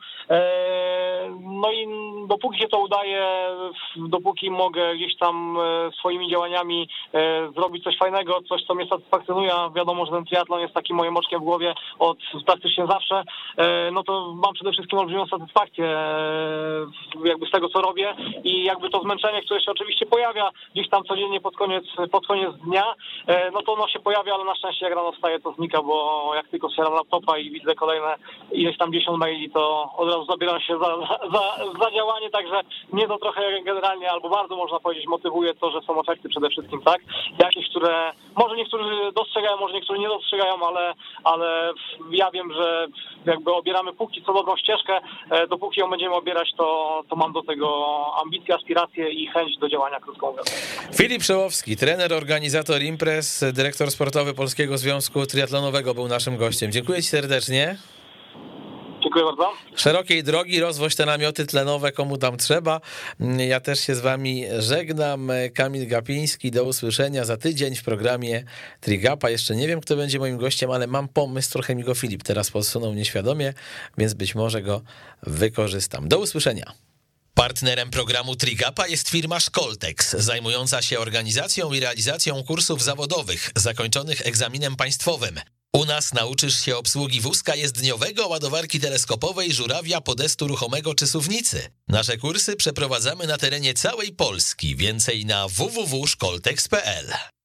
S2: No i dopóki się to udaje, dopóki mogę gdzieś tam swoimi działaniami zrobić coś fajnego, coś, co mnie satysfakcjonuje, a wiadomo, że ten triatlon jest takim moim oczkiem w głowie od praktycznie zawsze, no to mam przede wszystkim olbrzymią satysfakcję jakby z tego, co robię i jakby to zmęczenie, które się oczywiście pojawia gdzieś tam codziennie pod koniec dnia, no to ono się pojawia, ale na szczęście jak rano wstaję, to znika, bo jak tylko otwieram laptopa i widzę kolejne ileś tam 10 maili, to od razu zabieram się za działanie, także mnie to trochę generalnie, albo bardzo można powiedzieć, motywuje to, że są efekty przede wszystkim, tak? Jakieś, które może niektórzy dostrzegają, może niektórzy nie dostrzegają, ale ja wiem, że jakby obieramy póki co dobrą ścieżkę, dopóki ją będziemy obierać, to mam do tego ambicje, aspiracje i chęć do działania, krótko mówiąc.
S1: Filip Szołowski, trener, organizator imprez, dyrektor sportowy Polskiego Związku Triatlonowego był naszym gościem. Dziękuję ci serdecznie.
S2: Dziękuję bardzo.
S1: Szerokiej drogi, rozwoź te namioty tlenowe komu tam trzeba. Ja też się z wami żegnam. Kamil Gapiński, do usłyszenia za tydzień w programie Trigapa. Jeszcze nie wiem, kto będzie moim gościem, ale mam pomysł, trochę mi go Filip teraz podsunął nieświadomie, więc być może go wykorzystam. Do usłyszenia.
S3: Partnerem programu Trigapa jest firma Szkoltex, zajmująca się organizacją i realizacją kursów zawodowych zakończonych egzaminem państwowym. U nas nauczysz się obsługi wózka jezdniowego, ładowarki teleskopowej, żurawia, podestu ruchomego czy suwnicy. Nasze kursy przeprowadzamy na terenie całej Polski. Więcej na www.szkoltex.pl.